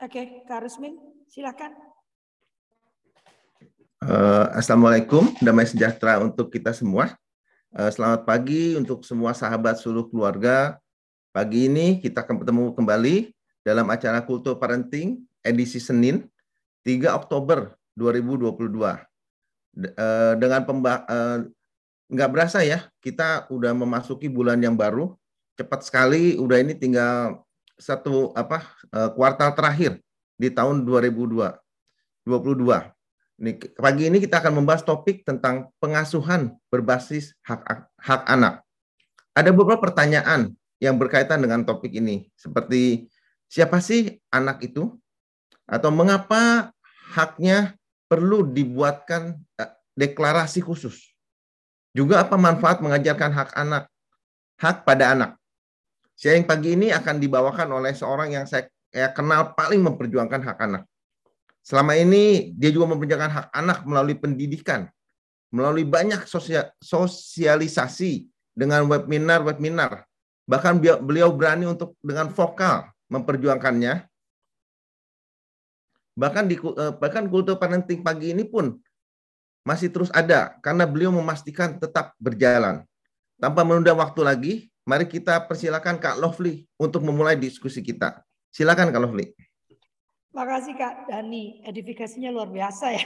Oke, Kak Rusmin, silakan. Assalamualaikum, damai sejahtera untuk kita semua. Selamat pagi untuk semua sahabat seluruh keluarga. Pagi ini kita akan bertemu kembali dalam acara Kultur Parenting edisi Senin 3 Oktober 2022. Dengan nggak berasa ya, kita udah memasuki bulan yang baru. Cepat sekali, udah ini tinggal kuartal terakhir di tahun 2022. Pagi ini kita akan membahas topik tentang pengasuhan berbasis hak anak. Ada beberapa pertanyaan yang berkaitan dengan topik ini, seperti siapa sih anak itu? Atau mengapa haknya perlu dibuatkan deklarasi khusus? Juga apa manfaat mengajarkan hak pada anak? Sharing pagi ini akan dibawakan oleh seorang yang saya kenal paling memperjuangkan hak anak. Selama ini dia juga memperjuangkan hak anak melalui pendidikan, melalui banyak sosialisasi dengan webinar. Bahkan beliau berani untuk dengan vokal memperjuangkannya. Bahkan kultur parenting pagi ini pun masih terus ada karena beliau memastikan tetap berjalan. Tanpa menunda waktu lagi, mari kita persilakan Kak Lovely untuk memulai diskusi kita. Silakan Kak Lovely. Makasih Kak Dani, edifikasinya luar biasa ya.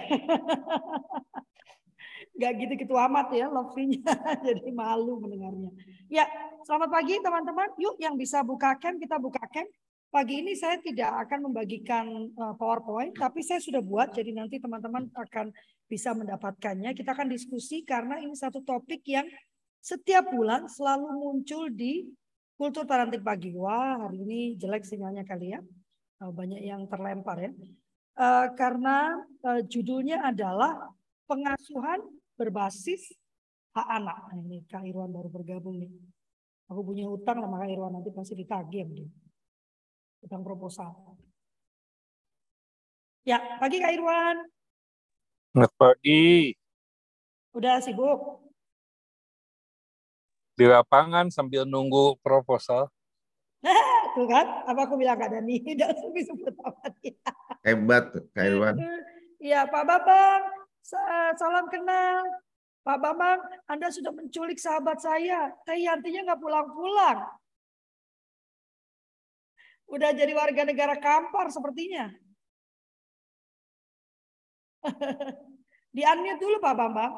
Gak gitu-gitu amat ya Lovely-nya, jadi malu mendengarnya. Ya, selamat pagi teman-teman. Yuk yang bisa buka cam, kita buka cam. Pagi ini saya tidak akan membagikan PowerPoint, tapi saya sudah buat, jadi nanti teman-teman akan bisa mendapatkannya. Kita akan diskusi karena ini satu topik yang setiap bulan selalu muncul di Kultur Parenting Pagi. Wah, hari ini jelek sinyalnya kali ya. Banyak yang terlempar ya. Karena judulnya adalah pengasuhan berbasis hak anak. Nah, ini Kak Irwan baru bergabung nih. Aku punya hutang sama Kak Irwan, nanti pasti ditagih dia. Hutang proposal. Ya, pagi Kak Irwan. Selamat pagi. Udah sibuk? Di lapangan sambil nunggu proposal. Tuh kan, apa aku bilang Kak Dani, udah sebut apa dia. Hebat Kak Irwan. Iya Pak Bambang, salam kenal. Pak Bambang, Anda sudah menculik sahabat saya. Teh Yantinya nggak pulang-pulang. Udah jadi warga negara Kampar sepertinya. Di-unmute dulu Pak Bambang.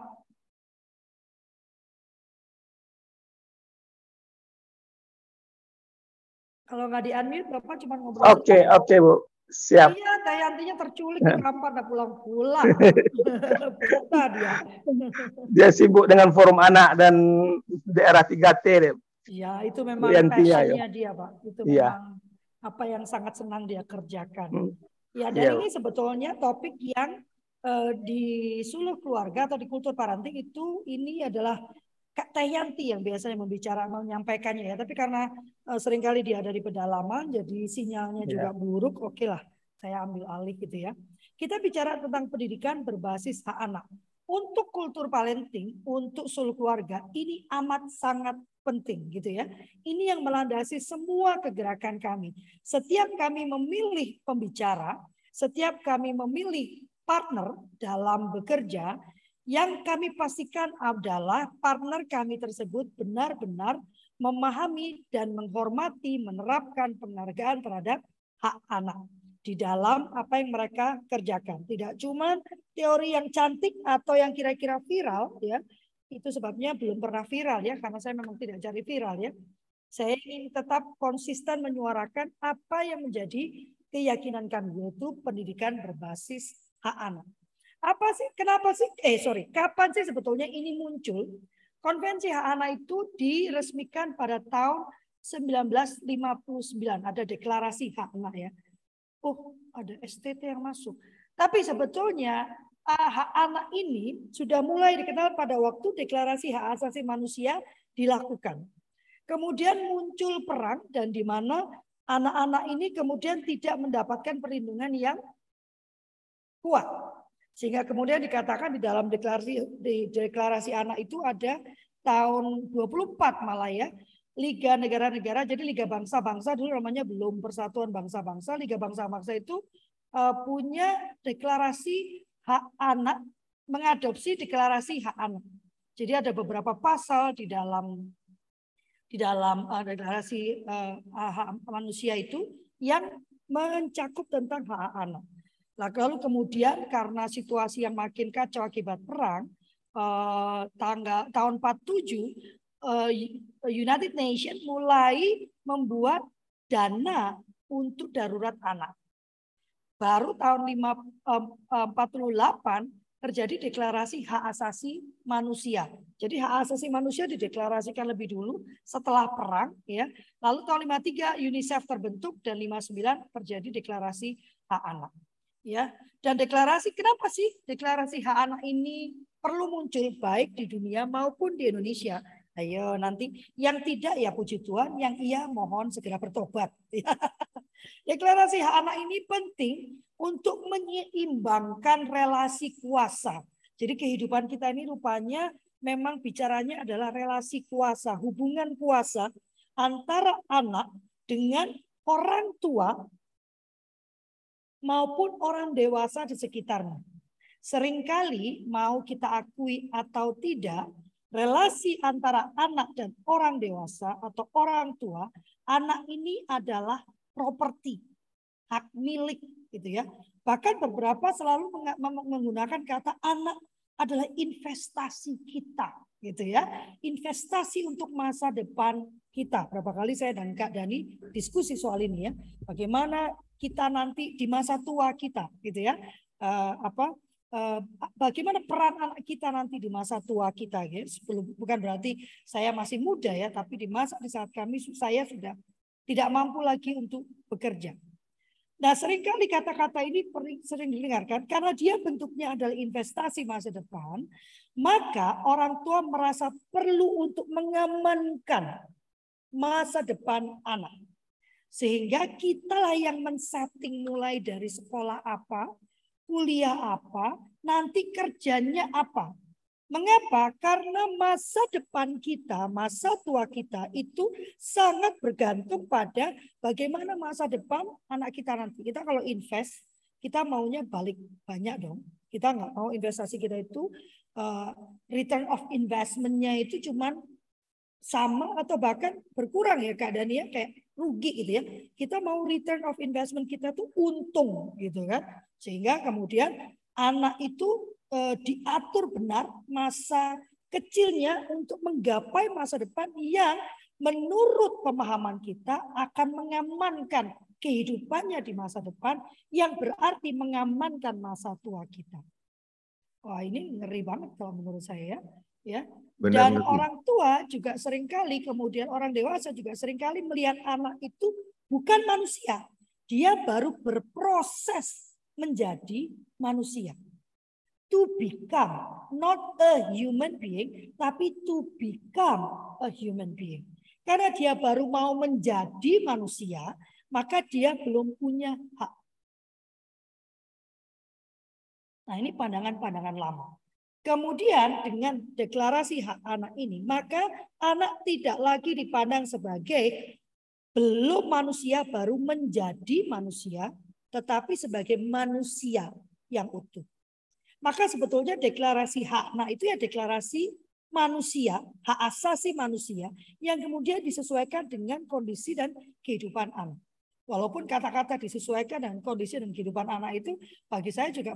Kalau nggak di-unmute, Bapak cuma ngobrol. Oke, Bu. Siap. Iya, Teh Yantinya terculik di Kampar, nggak pulang-pulang. Peta dia. Dia sibuk dengan forum anak dan daerah 3T deh. Iya, itu memang passionnya dia, Pak. Itu memang apa yang sangat senang dia kerjakan. Ya, dan ini sebetulnya topik yang di seluruh keluarga atau di kultur parenting itu ini adalah Kak Teh Yanti yang biasanya menyampaikannya ya. Tapi karena seringkali dia ada di pedalaman, jadi sinyalnya juga buruk. Oke lah, saya ambil alih gitu ya. Kita bicara tentang pendidikan berbasis hak anak. Untuk kultur parenting, untuk seluruh keluarga, ini amat sangat penting gitu ya. Ini yang melandasi semua kegerakan kami. Setiap kami memilih pembicara, setiap kami memilih partner dalam bekerja, yang kami pastikan adalah partner kami tersebut benar-benar memahami dan menghormati, menerapkan penghargaan terhadap hak anak di dalam apa yang mereka kerjakan. Tidak cuma teori yang cantik atau yang kira-kira viral ya. Itu sebabnya belum pernah viral ya, karena saya memang tidak cari viral ya. Saya ingin tetap konsisten menyuarakan apa yang menjadi keyakinan kami, yaitu pendidikan berbasis hak anak. Apa sih, kenapa sih, kapan sih sebetulnya ini muncul? Konvensi hak anak itu diresmikan pada tahun 1959, ada deklarasi hak anak ya. Oh, ada STT yang masuk. Tapi sebetulnya hak anak ini sudah mulai dikenal pada waktu deklarasi hak asasi manusia dilakukan. Kemudian muncul perang dan di mana anak-anak ini kemudian tidak mendapatkan perlindungan yang kuat. Sehingga kemudian dikatakan di dalam deklarasi anak itu ada tahun 24 malah ya, Liga Negara-Negara, jadi Liga Bangsa-Bangsa dulu namanya belum Persatuan Bangsa-Bangsa. Liga Bangsa-Bangsa itu punya deklarasi hak anak, mengadopsi deklarasi hak anak. Jadi ada beberapa pasal di dalam deklarasi hak manusia itu yang mencakup tentang hak anak. Lalu kemudian karena situasi yang makin kacau akibat perang, tahun 47 United Nations mulai membuat dana untuk darurat anak. Baru tahun 48 terjadi deklarasi hak asasi manusia. Jadi hak asasi manusia dideklarasikan lebih dulu setelah perang, ya. Lalu tahun 53 UNICEF terbentuk dan 59 terjadi deklarasi hak anak, ya. Dan deklarasi, kenapa sih deklarasi hak anak ini perlu muncul baik di dunia maupun di Indonesia? Ayo nanti yang tidak ya puji Tuhan, yang iya mohon segera bertobat. Deklarasi hak anak ini penting untuk menyeimbangkan relasi kuasa. Jadi kehidupan kita ini rupanya memang bicaranya adalah relasi kuasa, hubungan kuasa antara anak dengan orang tua maupun orang dewasa di sekitarnya. Seringkali mau kita akui atau tidak, relasi antara anak dan orang dewasa atau orang tua, anak ini adalah properti, hak milik gitu ya. Bahkan beberapa selalu menggunakan kata anak adalah investasi kita gitu ya. Investasi untuk masa depan kita. Berapa kali saya dan Kak Dani diskusi soal ini ya. Bagaimana kita nanti di masa tua kita gitu ya. Bagaimana peran anak kita nanti di masa tua kita ya. Bukan berarti saya masih muda ya, tapi di saat saya sudah tidak mampu lagi untuk bekerja. Nah, seringkali kata-kata ini sering didengarkan karena dia bentuknya adalah investasi masa depan, maka orang tua merasa perlu untuk mengamankan masa depan anak. Sehingga kitalah yang men-setting mulai dari sekolah apa, kuliah apa, nanti kerjanya apa. Mengapa? Karena masa depan kita, masa tua kita itu sangat bergantung pada bagaimana masa depan anak kita nanti. Kita kalau invest, kita maunya balik banyak dong. Kita nggak mau investasi kita itu return of investment-nya itu cuman sama atau bahkan berkurang ya Kak Dani ya, kayak rugi gitu ya. Kita mau return of investment kita tuh untung gitu kan. Sehingga kemudian anak itu diatur benar masa kecilnya untuk menggapai masa depan yang menurut pemahaman kita akan mengamankan kehidupannya di masa depan, yang berarti mengamankan masa tua kita. Wah, ini ngeri banget kalau menurut saya ya. Dan orang tua juga seringkali, kemudian orang dewasa juga seringkali melihat anak itu bukan manusia. Dia baru berproses menjadi manusia. To become, not a human being, tapi to become a human being. Karena dia baru mau menjadi manusia, maka dia belum punya hak. Nah, ini pandangan-pandangan lama. Kemudian dengan deklarasi hak anak ini, maka anak tidak lagi dipandang sebagai belum manusia baru menjadi manusia, tetapi sebagai manusia yang utuh. Maka sebetulnya deklarasi hak anak itu ya deklarasi manusia, hak asasi manusia yang kemudian disesuaikan dengan kondisi dan kehidupan anak. Walaupun kata-kata disesuaikan dengan kondisi dan kehidupan anak itu bagi saya juga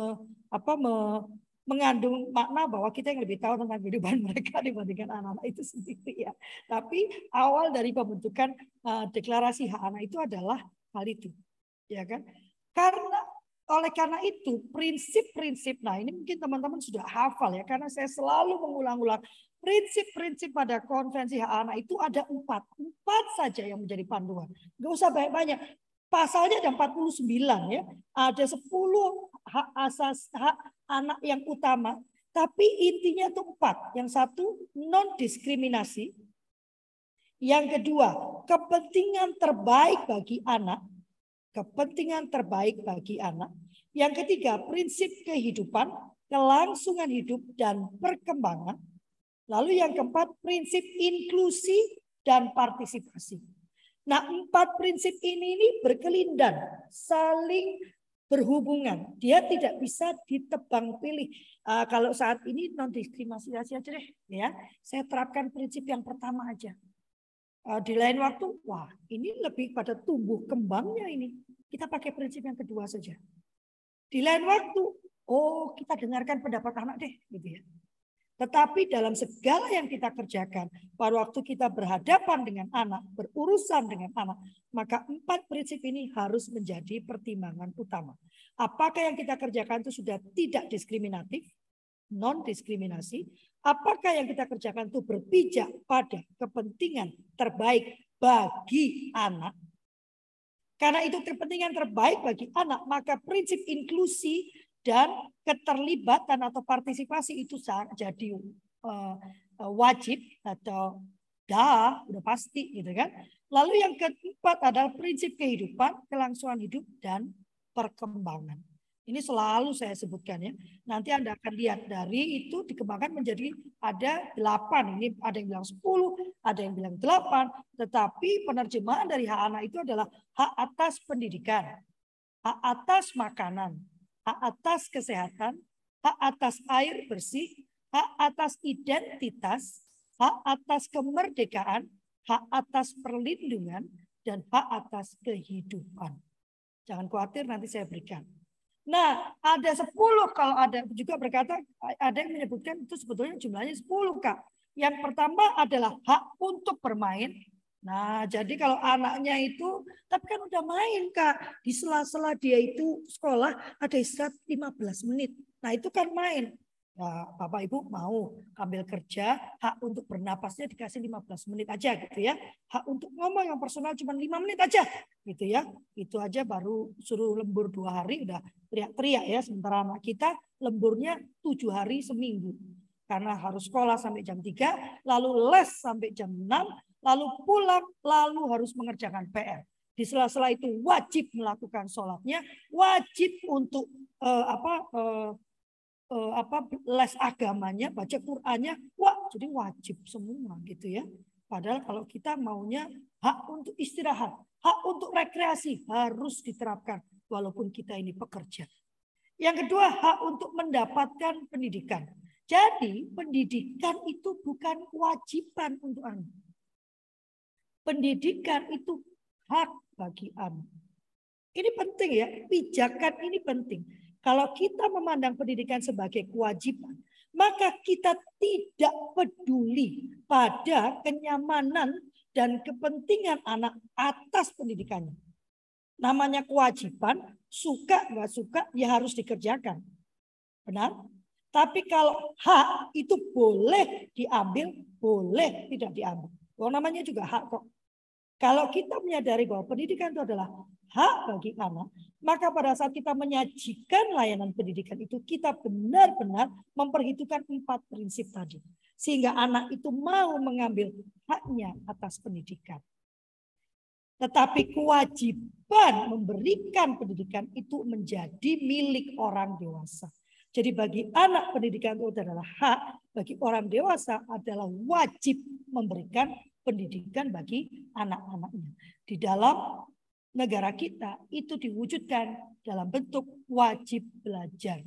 mengandung makna bahwa kita yang lebih tahu tentang kehidupan mereka dibandingkan anak-anak itu sendiri ya. Tapi awal dari pembentukan deklarasi hak anak itu adalah hal itu, ya kan? Oleh karena itu prinsip-prinsip, nah ini mungkin teman-teman sudah hafal ya, karena saya selalu mengulang-ulang prinsip-prinsip pada konvensi hak anak itu ada 4 saja yang menjadi panduan. Gak usah banyak-banyak. Pasalnya ada 49 ya, ada 10 hak asas hak anak yang utama, tapi intinya itu 4. Yang satu non diskriminasi, yang kedua kepentingan terbaik bagi anak. Kepentingan terbaik bagi anak. Yang ketiga, prinsip kehidupan, kelangsungan hidup dan perkembangan. Lalu yang keempat, prinsip inklusi dan partisipasi. Nah, 4 prinsip ini berkelindan, saling berhubungan. Dia tidak bisa ditebang pilih. Kalau saat ini non diskriminasi aja deh, ya. Saya terapkan prinsip yang pertama aja. Di lain waktu, wah, ini lebih pada tumbuh kembangnya ini. Kita pakai prinsip yang kedua saja. Di lain waktu, oh, kita dengarkan pendapat anak deh, gitu ya. Tetapi dalam segala yang kita kerjakan, pada waktu kita berhadapan dengan anak, berurusan dengan anak, maka 4 prinsip ini harus menjadi pertimbangan utama. Apakah yang kita kerjakan itu sudah tidak diskriminatif, non-diskriminasi? Apakah yang kita kerjakan itu berpijak pada kepentingan terbaik bagi anak? Karena itu kepentingan terbaik bagi anak, maka prinsip inklusi dan keterlibatan atau partisipasi itu jadi wajib atau udah pasti gitu kan. Lalu yang keempat adalah prinsip kehidupan, kelangsungan hidup dan perkembangan. Ini selalu saya sebutkan ya. Nanti Anda akan lihat dari itu dikembangkan menjadi ada 8. Ini ada yang bilang 10, ada yang bilang 8. Tetapi penerjemahan dari hak anak itu adalah hak atas pendidikan, hak atas makanan, hak atas kesehatan, hak atas air bersih, hak atas identitas, hak atas kemerdekaan, hak atas perlindungan, dan hak atas kehidupan. Jangan khawatir, nanti saya berikan. Nah, ada 10, kalau ada juga berkata, ada yang menyebutkan itu sebetulnya jumlahnya 10, Kak. Yang pertama adalah hak untuk bermain. Nah, jadi kalau anaknya itu, tapi kan udah main, Kak. Di sela-sela dia itu sekolah, ada istirahat 15 menit. Nah, itu kan main. Nah, Bapak Ibu mau ambil kerja, hak untuk bernapasnya dikasih 15 menit aja gitu ya. Hak untuk ngomong yang personal cuma 5 menit aja gitu ya. Itu aja baru suruh lembur 2 hari udah teriak-teriak ya. Sementara anak kita lemburnya 7 hari seminggu. Karena harus sekolah sampai jam 3, lalu les sampai jam 6, lalu pulang, lalu harus mengerjakan PR. Di sela-sela itu wajib melakukan sholatnya, wajib untuk les agamanya, baca Qur'annya, wah jadi wajib semua gitu ya. Padahal kalau kita maunya hak untuk istirahat, hak untuk rekreasi harus diterapkan walaupun kita ini pekerja. Yang kedua, hak untuk mendapatkan pendidikan. Jadi pendidikan itu bukan kewajiban untuk anak. Pendidikan itu hak bagi anak. Ini penting ya, pijakan ini penting. Kalau kita memandang pendidikan sebagai kewajiban, maka kita tidak peduli pada kenyamanan dan kepentingan anak atas pendidikannya. Namanya kewajiban, suka nggak suka ya harus dikerjakan. Benar? Tapi kalau hak itu boleh diambil, boleh tidak diambil. Oh, namanya juga hak kok. Kalau kita menyadari bahwa pendidikan itu adalah hak bagi anak, maka pada saat kita menyajikan layanan pendidikan itu, kita benar-benar memperhitungkan 4 prinsip tadi. Sehingga anak itu mau mengambil haknya atas pendidikan. Tetapi kewajiban memberikan pendidikan itu menjadi milik orang dewasa. Jadi bagi anak pendidikan itu adalah hak, bagi orang dewasa adalah wajib memberikan pendidikan bagi anak-anaknya. Di dalam negara kita itu diwujudkan dalam bentuk wajib belajar.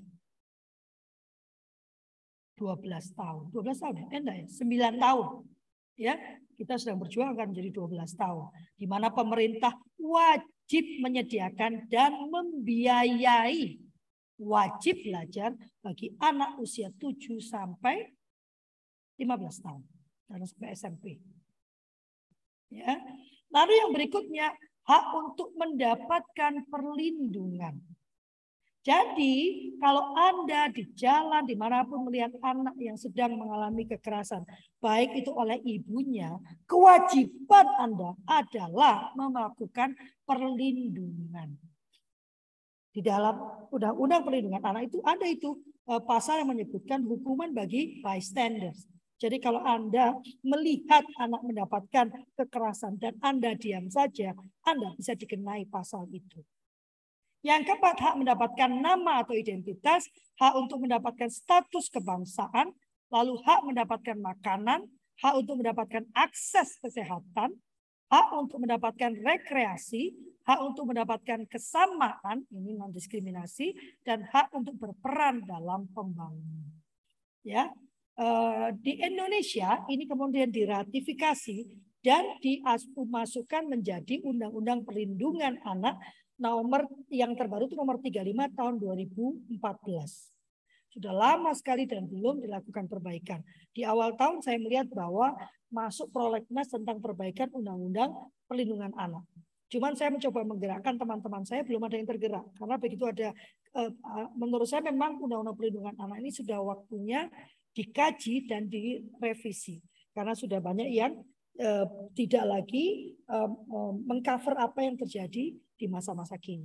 12 tahun. 12 tahun ya? Enggak ya? 9 tahun. Ya, kita sedang berjuang akan menjadi 12 tahun. Di mana pemerintah wajib menyediakan dan membiayai wajib belajar bagi anak usia 7 sampai 15 tahun. Dan sampai SMP. Ya. Lalu yang berikutnya, hak untuk mendapatkan perlindungan. Jadi kalau Anda di jalan dimanapun melihat anak yang sedang mengalami kekerasan, baik itu oleh ibunya, kewajiban Anda adalah melakukan perlindungan. Di dalam Undang-Undang Perlindungan Anak itu ada itu pasal yang menyebutkan hukuman bagi bystanders. Jadi kalau Anda melihat anak mendapatkan kekerasan dan Anda diam saja, Anda bisa dikenai pasal itu. Yang keempat, hak mendapatkan nama atau identitas, hak untuk mendapatkan status kebangsaan, lalu hak mendapatkan makanan, hak untuk mendapatkan akses kesehatan, hak untuk mendapatkan rekreasi, hak untuk mendapatkan kesamaan, ini non-diskriminasi, dan hak untuk berperan dalam pembangunan. Ya, di Indonesia ini kemudian diratifikasi dan dimasukkan menjadi Undang-Undang Perlindungan Anak nomor yang terbaru itu nomor 35 tahun 2014. Sudah lama sekali dan belum dilakukan perbaikan. Di awal tahun saya melihat bahwa masuk prolegnas tentang perbaikan Undang-Undang Perlindungan Anak. Cuman saya mencoba menggerakkan teman-teman saya, belum ada yang tergerak. Karena begitu ada, menurut saya memang Undang-Undang Perlindungan Anak ini sudah waktunya dikaji dan direvisi. Karena sudah banyak yang tidak lagi mengcover apa yang terjadi di masa-masa kini.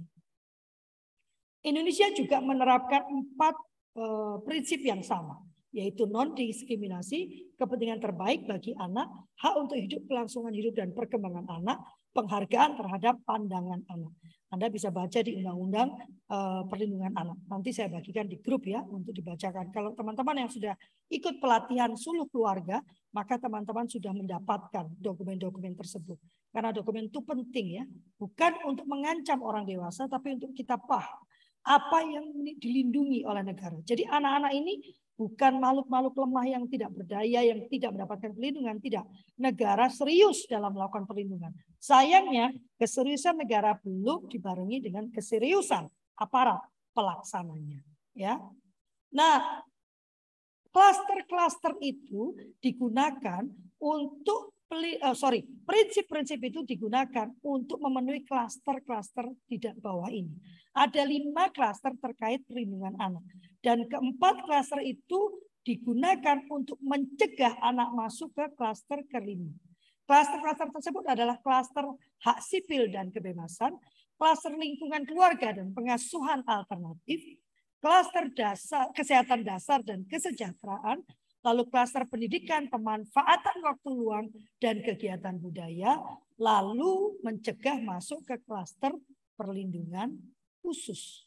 Indonesia juga menerapkan 4 prinsip yang sama, yaitu non-diskriminasi, kepentingan terbaik bagi anak, hak untuk hidup, kelangsungan hidup dan perkembangan anak, penghargaan terhadap pandangan anak. Anda bisa baca di Undang-Undang Perlindungan Anak. Nanti saya bagikan di grup ya untuk dibacakan. Kalau teman-teman yang sudah ikut pelatihan suluh keluarga, maka teman-teman sudah mendapatkan dokumen-dokumen tersebut. Karena dokumen itu penting ya, bukan untuk mengancam orang dewasa, tapi untuk kita paham apa yang dilindungi oleh negara. Jadi anak-anak ini bukan makhluk-makhluk lemah yang tidak berdaya, yang tidak mendapatkan perlindungan. Tidak. Negara serius dalam melakukan perlindungan. Sayangnya keseriusan negara belum dibarengi dengan keseriusan aparat pelaksananya. Ya. Nah, klaster-klaster itu digunakan untuk prinsip-prinsip itu digunakan untuk memenuhi klaster-klaster tidak bawah ini. Ada 5 klaster terkait perlindungan anak. Dan keempat klaster itu digunakan untuk mencegah anak masuk ke klaster kelima. Klaster-klaster tersebut adalah klaster hak sipil dan kebebasan, klaster lingkungan keluarga dan pengasuhan alternatif, klaster kesehatan dasar dan kesejahteraan, lalu klaster pendidikan, pemanfaatan waktu luang, dan kegiatan budaya, lalu mencegah masuk ke klaster perlindungan khusus.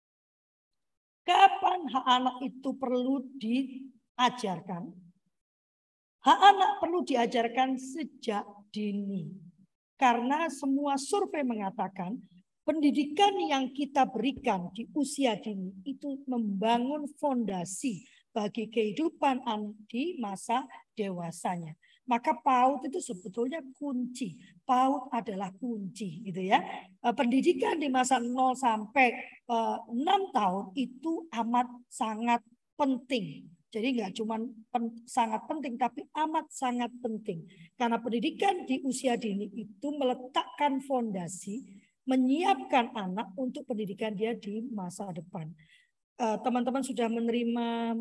Kapan hak anak itu perlu diajarkan? Hak anak perlu diajarkan sejak dini. Karena semua survei mengatakan pendidikan yang kita berikan di usia dini itu membangun fondasi bagi kehidupan anak di masa dewasanya. Maka PAUD itu sebetulnya kunci. PAUD adalah kunci, gitu ya. Pendidikan di masa 0 sampai 6 tahun itu amat sangat penting. Jadi nggak cuma sangat penting, tapi amat sangat penting. Karena pendidikan di usia dini itu meletakkan fondasi, menyiapkan anak untuk pendidikan dia di masa depan. Teman-teman sudah menerima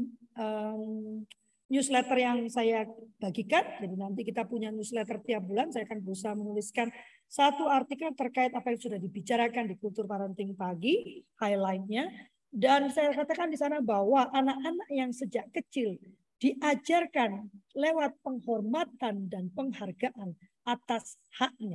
newsletter yang saya bagikan. Jadi nanti kita punya newsletter tiap bulan. Saya akan berusaha menuliskan 1 artikel terkait apa yang sudah dibicarakan di Kultur Parenting Pagi, highlight-nya. Dan saya katakan di sana bahwa anak-anak yang sejak kecil diajarkan lewat penghormatan dan penghargaan atas haknya,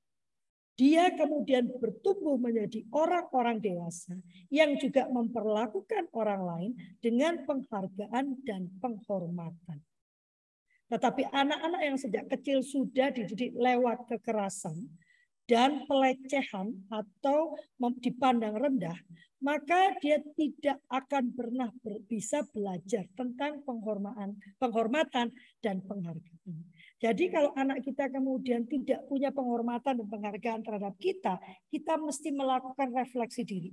dia kemudian bertumbuh menjadi orang-orang dewasa yang juga memperlakukan orang lain dengan penghargaan dan penghormatan. Tetapi anak-anak yang sejak kecil sudah dididik lewat kekerasan dan pelecehan atau dipandang rendah, maka dia tidak akan pernah bisa belajar tentang penghormatan dan penghargaan. Jadi kalau anak kita kemudian tidak punya penghormatan dan penghargaan terhadap kita, kita mesti melakukan refleksi diri.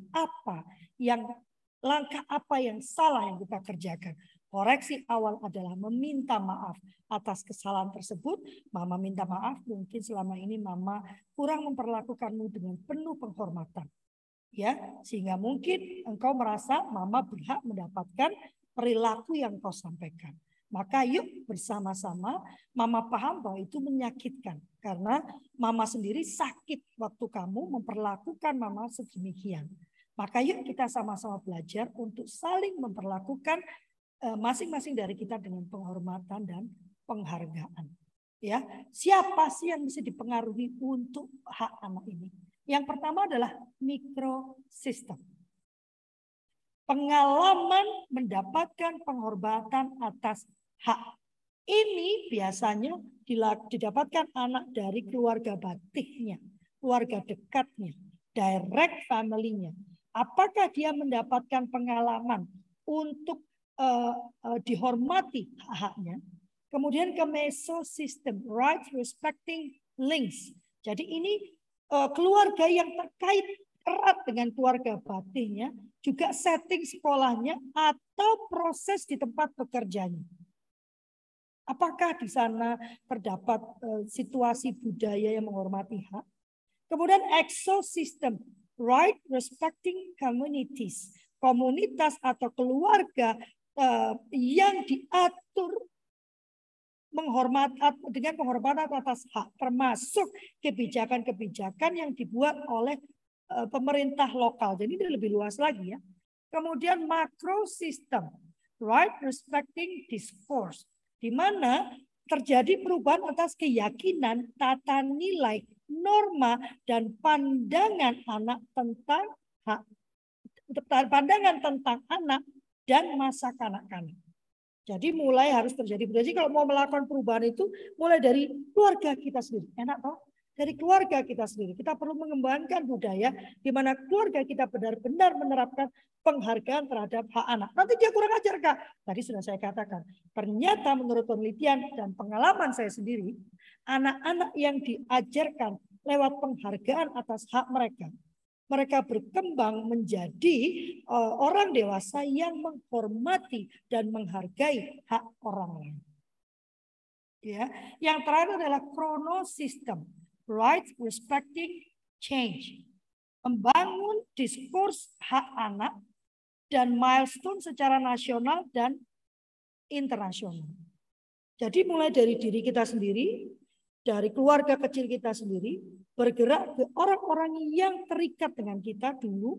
Langkah apa yang salah yang kita kerjakan? Koreksi awal adalah meminta maaf atas kesalahan tersebut. Mama minta maaf, mungkin selama ini mama kurang memperlakukanmu dengan penuh penghormatan. Ya, sehingga mungkin engkau merasa mama berhak mendapatkan perilaku yang kau sampaikan. Maka yuk bersama-sama mama paham bahwa itu menyakitkan. Karena mama sendiri sakit waktu kamu memperlakukan mama sedemikian. Maka yuk kita sama-sama belajar untuk saling memperlakukan masing-masing dari kita dengan penghormatan dan penghargaan. Ya, siapa sih yang bisa dipengaruhi untuk hak anak ini? Yang pertama adalah mikrosistem. Pengalaman mendapatkan penghormatan atas hak. Ini biasanya didapatkan anak dari keluarga batiknya, keluarga dekatnya, direct family-nya. Apakah dia mendapatkan pengalaman untuk dihormati hak-haknya? Kemudian ke mesosystem, right respecting links. Jadi ini keluarga yang terkait erat dengan keluarga batinnya, juga setting sekolahnya atau proses di tempat bekerjanya. Apakah di sana terdapat situasi budaya yang menghormati hak? Kemudian exosystem, right respecting communities, komunitas atau keluarga yang diatur dengan penghormatan atas hak, termasuk kebijakan-kebijakan yang dibuat oleh pemerintah lokal. Jadi ini lebih luas lagi ya. Kemudian macro system, right respecting discourse, di mana terjadi perubahan atas keyakinan, tata nilai, norma, dan pandangan anak tentang hak, pandangan tentang anak dan masa kanak-kanak. Jadi mulai harus terjadi. Jadi kalau mau melakukan perubahan itu mulai dari keluarga kita sendiri. Enak toh? Dari keluarga kita sendiri. Kita perlu mengembangkan budaya di mana keluarga kita benar-benar menerapkan penghargaan terhadap hak anak. Nanti dia kurang ajar, Kak. Tadi sudah saya katakan. Ternyata menurut penelitian dan pengalaman saya sendiri, anak-anak yang diajarkan lewat penghargaan atas hak mereka, mereka berkembang menjadi orang dewasa yang menghormati dan menghargai hak orang lain. Ya, yang terakhir adalah chronosystem, right respecting change, membangun diskurs hak anak dan milestone secara nasional dan internasional. Jadi mulai dari diri kita sendiri, dari keluarga kecil kita sendiri, bergerak ke orang-orang yang terikat dengan kita dulu.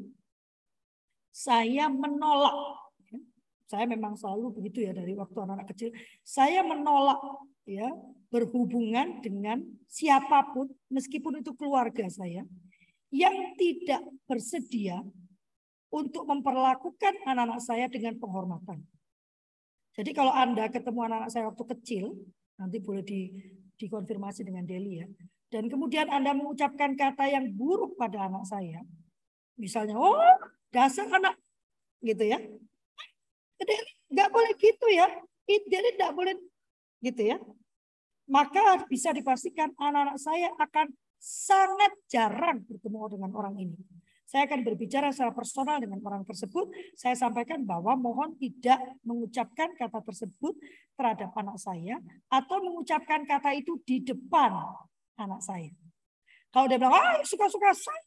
Saya menolak. Saya memang selalu begitu ya dari waktu anak-anak kecil. Saya menolak ya berhubungan dengan siapapun, meskipun itu keluarga saya, yang tidak bersedia untuk memperlakukan anak-anak saya dengan penghormatan. Jadi kalau Anda ketemu anak-anak saya waktu kecil, nanti boleh dikonfirmasi dengan Deli ya. Dan kemudian Anda mengucapkan kata yang buruk pada anak saya. Misalnya, oh dasar anak. Gitu ya. Deli nggak boleh gitu ya. Deli nggak boleh gitu ya. Maka bisa dipastikan anak-anak saya akan sangat jarang bertemu dengan orang ini. Saya akan berbicara secara personal dengan orang tersebut. Saya sampaikan bahwa mohon tidak mengucapkan kata tersebut terhadap anak saya. Atau mengucapkan kata itu di depan anak saya. Kalau dia bilang, suka-suka saya.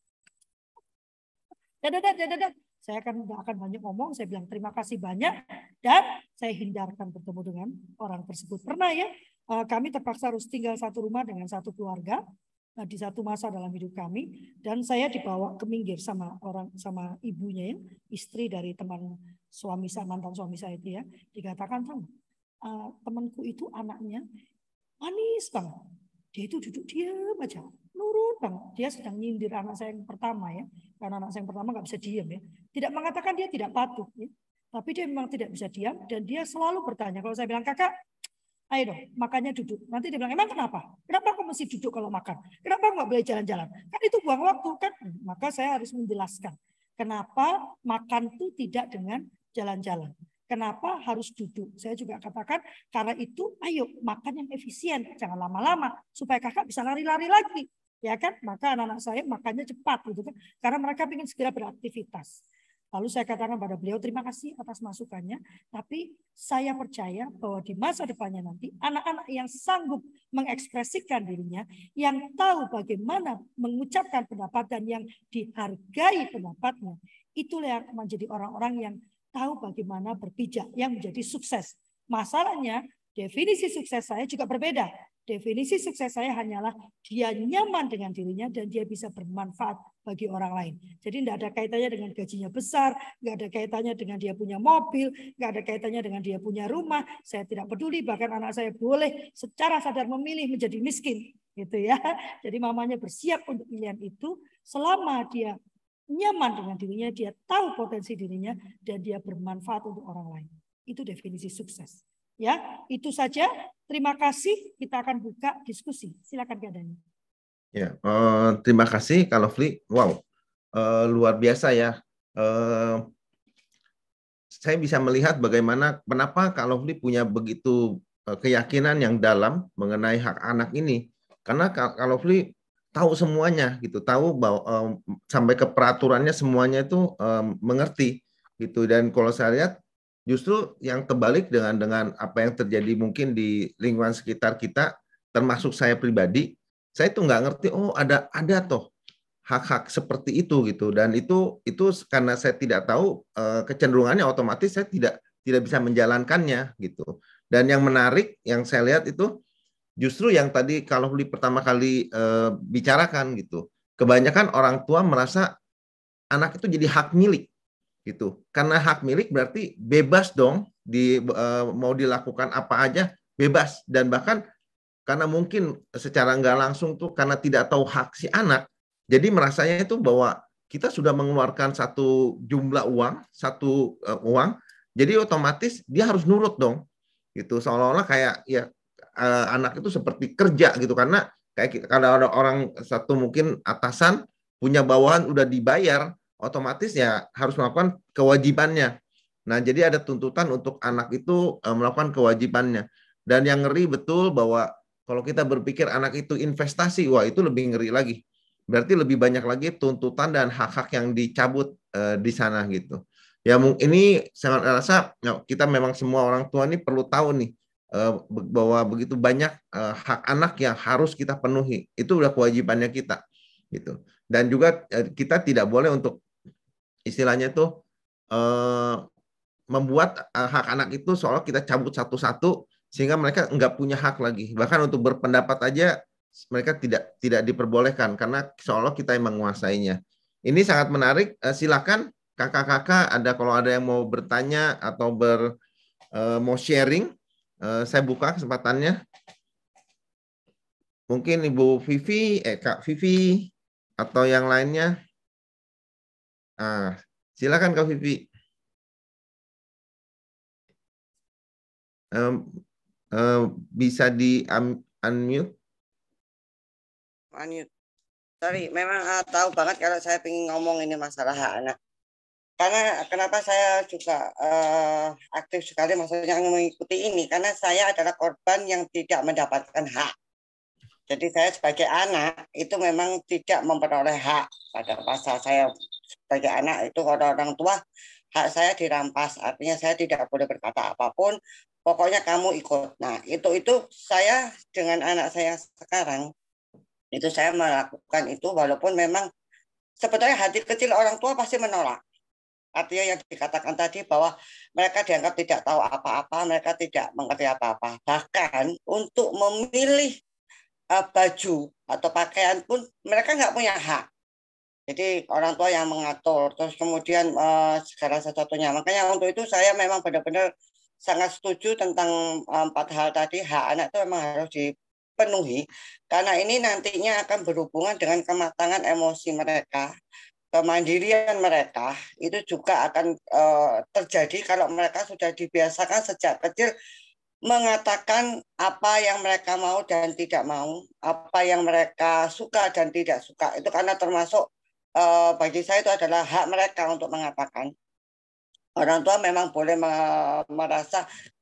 Saya akan banyak ngomong. Saya bilang terima kasih banyak. Dan saya hindarkan bertemu dengan orang tersebut. Pernah ya, kami terpaksa harus tinggal satu rumah dengan satu keluarga. Di satu masa dalam hidup kami, dan saya dibawa ke minggir sama sama ibunya ya, istri dari teman suami saya, mantan suami saya itu ya, dikatakan temanku itu anaknya manis banget, dia itu duduk diam aja, nurut banget, dia sedang nyindir anak saya yang pertama ya, karena anak saya yang pertama nggak bisa diam ya, tidak mengatakan dia tidak patuh ya, tapi dia memang tidak bisa diam dan dia selalu bertanya. Kalau saya bilang kakak, ayo dong, makannya duduk. Nanti dia bilang, emang kenapa? Kenapa aku mesti duduk kalau makan? Kenapa nggak boleh jalan-jalan? Kan itu buang waktu kan? Maka saya harus menjelaskan. Kenapa makan itu tidak dengan jalan-jalan? Kenapa harus duduk? Saya juga katakan, karena itu ayo makan yang efisien. Jangan lama-lama. Supaya kakak bisa lari-lari lagi. Ya kan? Maka anak-anak saya makannya cepat. Gitu kan? Karena mereka ingin segera beraktivitas. Lalu saya katakan pada beliau, terima kasih atas masukannya. Tapi saya percaya bahwa di masa depannya nanti, anak-anak yang sanggup mengekspresikan dirinya, yang tahu bagaimana mengucapkan pendapat dan yang dihargai pendapatnya, itulah yang menjadi orang-orang yang tahu bagaimana berpijak, yang menjadi sukses. Masalahnya, definisi sukses saya juga berbeda. Definisi sukses saya hanyalah dia nyaman dengan dirinya dan dia bisa bermanfaat bagi orang lain. Jadi tidak ada kaitannya dengan gajinya besar, nggak ada kaitannya dengan dia punya mobil, nggak ada kaitannya dengan dia punya rumah. Saya tidak peduli, bahkan anak saya boleh secara sadar memilih menjadi miskin, gitu ya. Jadi mamanya bersiap untuk pilihan itu selama dia nyaman dengan dirinya, dia tahu potensi dirinya dan dia bermanfaat untuk orang lain. Itu definisi sukses. Ya, itu saja. Terima kasih. Kita akan buka diskusi. Silakan Kak Dhani. Ya, terima kasih Kak Lovely. Wow, luar biasa ya. Saya bisa melihat bagaimana kenapa Kak Lovely punya begitu keyakinan yang dalam mengenai hak anak ini. Karena Kak Lovely tahu semuanya gitu, tahu bahwa sampai ke peraturannya semuanya itu mengerti gitu. Dan kalau saya lihat justru yang terbalik dengan apa yang terjadi mungkin di lingkungan sekitar kita, termasuk saya pribadi, saya tuh nggak ngerti. Oh, ada toh hak-hak seperti itu gitu. Dan itu karena saya tidak tahu, kecenderungannya otomatis saya tidak bisa menjalankannya gitu. Dan yang menarik yang saya lihat itu justru yang tadi kalau pertama kali bicarakan gitu, kebanyakan orang tua merasa anak itu jadi hak milik gitu. Karena hak milik berarti bebas dong, mau dilakukan apa aja bebas. Dan bahkan karena mungkin secara nggak langsung tuh karena tidak tahu hak si anak, jadi merasanya itu bahwa kita sudah mengeluarkan satu jumlah uang, uang, jadi otomatis dia harus nurut dong, gitu. Seolah-olah kayak ya anak itu seperti kerja gitu, karena kayak kalau ada orang satu mungkin atasan punya bawahan udah dibayar, otomatis ya harus melakukan kewajibannya. Nah, jadi ada tuntutan untuk anak itu melakukan kewajibannya. Dan yang ngeri betul bahwa kalau kita berpikir anak itu investasi, wah itu lebih ngeri lagi. Berarti lebih banyak lagi tuntutan dan hak-hak yang dicabut di sana gitu. Ya ini sangat rasa kita memang semua orang tua ini perlu tahu nih bahwa begitu banyak hak anak yang harus kita penuhi. Itu udah kewajibannya kita gitu. Dan juga kita tidak boleh untuk istilahnya itu membuat hak anak itu seolah kita cabut satu-satu sehingga mereka nggak punya hak lagi. Bahkan untuk berpendapat aja mereka tidak diperbolehkan karena seolah kita yang menguasainya. Ini sangat menarik. Silakan kakak-kakak kalau ada yang mau bertanya atau mau sharing, saya buka kesempatannya. Mungkin Ibu Vivi, Kak Vivi atau yang lainnya. Silakan Kak Vivi. Bisa di unmute. Unmute. Sorry, memang tahu banget kalau saya ingin ngomong ini masalah hak anak. Karena kenapa saya juga aktif sekali maksudnya mengikuti ini, karena saya adalah korban yang tidak mendapatkan hak. Jadi saya sebagai anak itu memang tidak memperoleh hak. Pada masa saya sebagai anak itu orang tua, hak saya dirampas. Artinya saya tidak boleh berkata apapun. Pokoknya kamu ikut. Nah itu saya dengan anak saya sekarang itu saya melakukan itu walaupun memang sebetulnya hati kecil orang tua pasti menolak. Artinya yang dikatakan tadi bahwa mereka dianggap tidak tahu apa-apa, mereka tidak mengerti apa-apa. Bahkan untuk memilih baju atau pakaian pun mereka nggak punya hak. Jadi orang tua yang mengatur, terus kemudian segala sesuatunya. Makanya untuk itu saya memang benar-benar sangat setuju tentang 4 hal tadi. Hak anak itu memang harus dipenuhi, karena ini nantinya akan berhubungan dengan kematangan emosi mereka, kemandirian mereka. Itu juga akan terjadi kalau mereka sudah dibiasakan sejak kecil mengatakan apa yang mereka mau dan tidak mau, apa yang mereka suka dan tidak suka. Itu karena termasuk bagi saya itu adalah hak mereka untuk mengatakan. Orang tua memang boleh merasa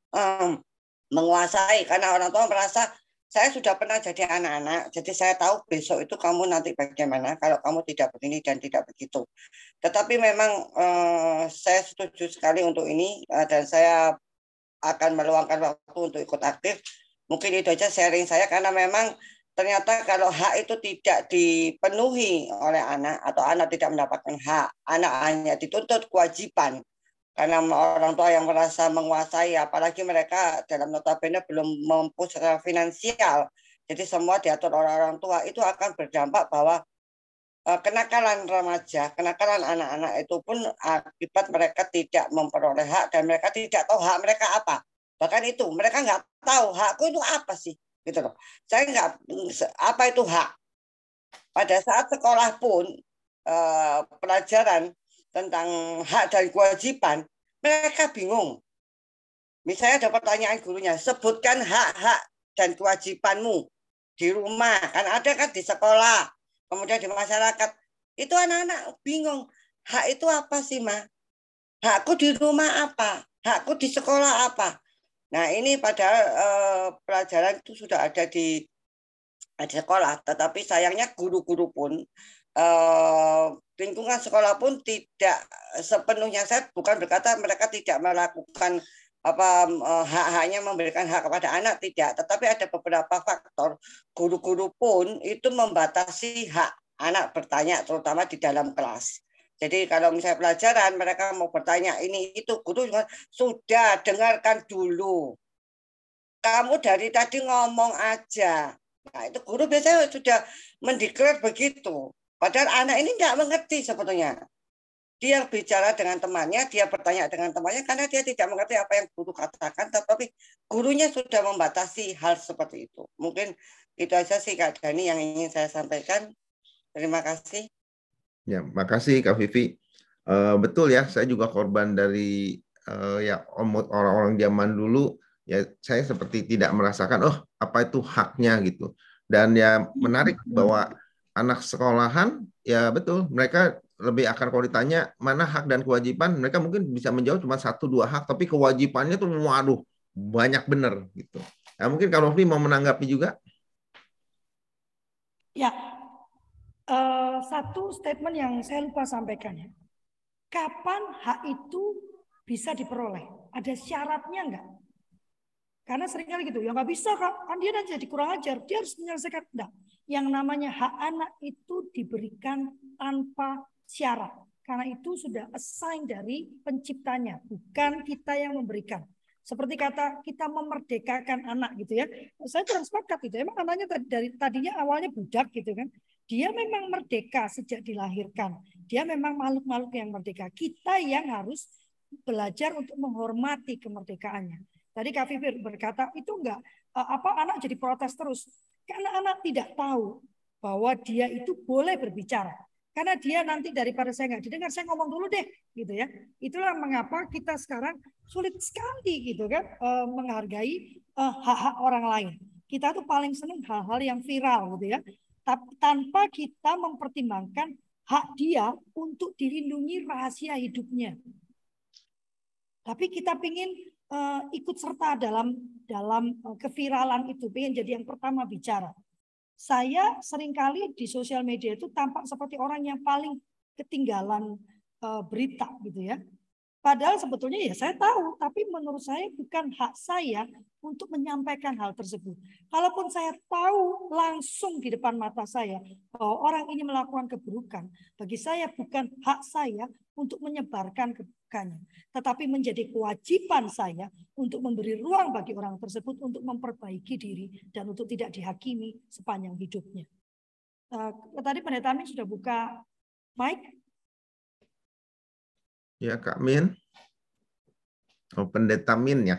menguasai, karena orang tua merasa saya sudah pernah jadi anak-anak, jadi saya tahu besok itu kamu nanti bagaimana kalau kamu tidak begini dan tidak begitu. Tetapi memang saya setuju sekali untuk ini dan saya akan meluangkan waktu untuk ikut aktif. Mungkin itu aja sharing saya, karena memang ternyata kalau hak itu tidak dipenuhi oleh anak atau anak tidak mendapatkan hak, anak hanya dituntut kewajiban karena orang tua yang merasa menguasai, apalagi mereka dalam notabene belum mampu secara finansial. Jadi semua diatur oleh orang tua, itu akan berdampak bahwa kenakalan remaja, kenakalan anak-anak itu pun akibat mereka tidak memperoleh hak dan mereka tidak tahu hak mereka apa. Bahkan itu mereka nggak tahu hakku itu apa sih, gitu loh. Saya nggak apa itu hak. Pada saat sekolah pun pelajaran tentang hak dan kewajiban mereka bingung. Misalnya ada pertanyaan gurunya, sebutkan hak-hak dan kewajibanmu di rumah. Kan ada kan di sekolah, kemudian di masyarakat. Itu anak-anak bingung. Hak itu apa sih, Ma? Hakku di rumah apa? Hakku di sekolah apa? Nah, ini padahal pelajaran itu sudah ada di sekolah. Tetapi sayangnya guru-guru pun, lingkungan sekolah pun tidak sepenuhnya, saya bukan berkata mereka tidak melakukan hak-haknya memberikan hak kepada anak, tidak, tetapi ada beberapa faktor guru-guru pun itu membatasi hak anak bertanya, terutama di dalam kelas. Jadi kalau misalnya pelajaran mereka mau bertanya ini itu, guru sudah dengarkan dulu, kamu dari tadi ngomong aja. Nah itu guru biasanya sudah mendeklar begitu, padahal anak ini nggak mengerti sebetulnya. Dia bicara dengan temannya, dia bertanya dengan temannya karena dia tidak mengerti apa yang guru katakan, tetapi gurunya sudah membatasi hal seperti itu. Mungkin itu aja sih Kak Dani yang ingin saya sampaikan. Terima kasih. Ya, makasih Kak Vivi. Betul ya, saya juga korban dari ya orang-orang zaman dulu. Ya, saya seperti tidak merasakan, apa itu haknya gitu. Dan ya menarik bahwa anak sekolahan, ya betul, mereka lebih akan kalau ditanya mana hak dan kewajiban, mereka mungkin bisa menjawab cuma 1-2 hak, tapi kewajibannya tuh waduh banyak bener gitu. Nah, mungkin Kak Nofri mau menanggapi juga? Ya, satu statement yang saya lupa sampaikan ya. Kapan hak itu bisa diperoleh? Ada syaratnya enggak? Karena seringkali gitu, ya nggak bisa Kak, kan dia nanti jadi kurang ajar, dia harus menyelesaikan. Enggak. Yang namanya hak anak itu diberikan tanpa syarat. Karena itu sudah assign dari penciptanya, bukan kita yang memberikan. Seperti kata kita memerdekakan anak gitu ya. Saya kurang sepakat gitu. Emang anaknya dari tadinya awalnya budak gitu kan. Dia memang merdeka sejak dilahirkan. Dia memang makhluk-makhluk yang merdeka. Kita yang harus belajar untuk menghormati kemerdekaannya. Tadi Kak Vivi berkata itu enggak anak jadi protes terus. Karena anak tidak tahu bahwa dia itu boleh berbicara. Karena dia nanti daripada saya nggak didengar, saya ngomong dulu deh, gitu ya. Itulah mengapa kita sekarang sulit sekali, gitu kan, menghargai hak-hak orang lain. Kita tuh paling senang hal-hal yang viral, gitu ya. Tanpa kita mempertimbangkan hak dia untuk dilindungi rahasia hidupnya. Tapi kita pingin ikut serta dalam keviralan itu, pengen jadi yang pertama bicara. Saya seringkali di sosial media itu tampak seperti orang yang paling ketinggalan berita gitu ya. Padahal sebetulnya ya saya tahu, tapi menurut saya bukan hak saya untuk menyampaikan hal tersebut. Kalaupun saya tahu langsung di depan mata saya bahwa orang ini melakukan keburukan, bagi saya bukan hak saya untuk menyebarkan keburukannya, tetapi menjadi kewajiban saya untuk memberi ruang bagi orang tersebut untuk memperbaiki diri dan untuk tidak dihakimi sepanjang hidupnya. Tadi Pendeta Min sudah buka mic. Ya, Kak Min. Pendeta Min ya.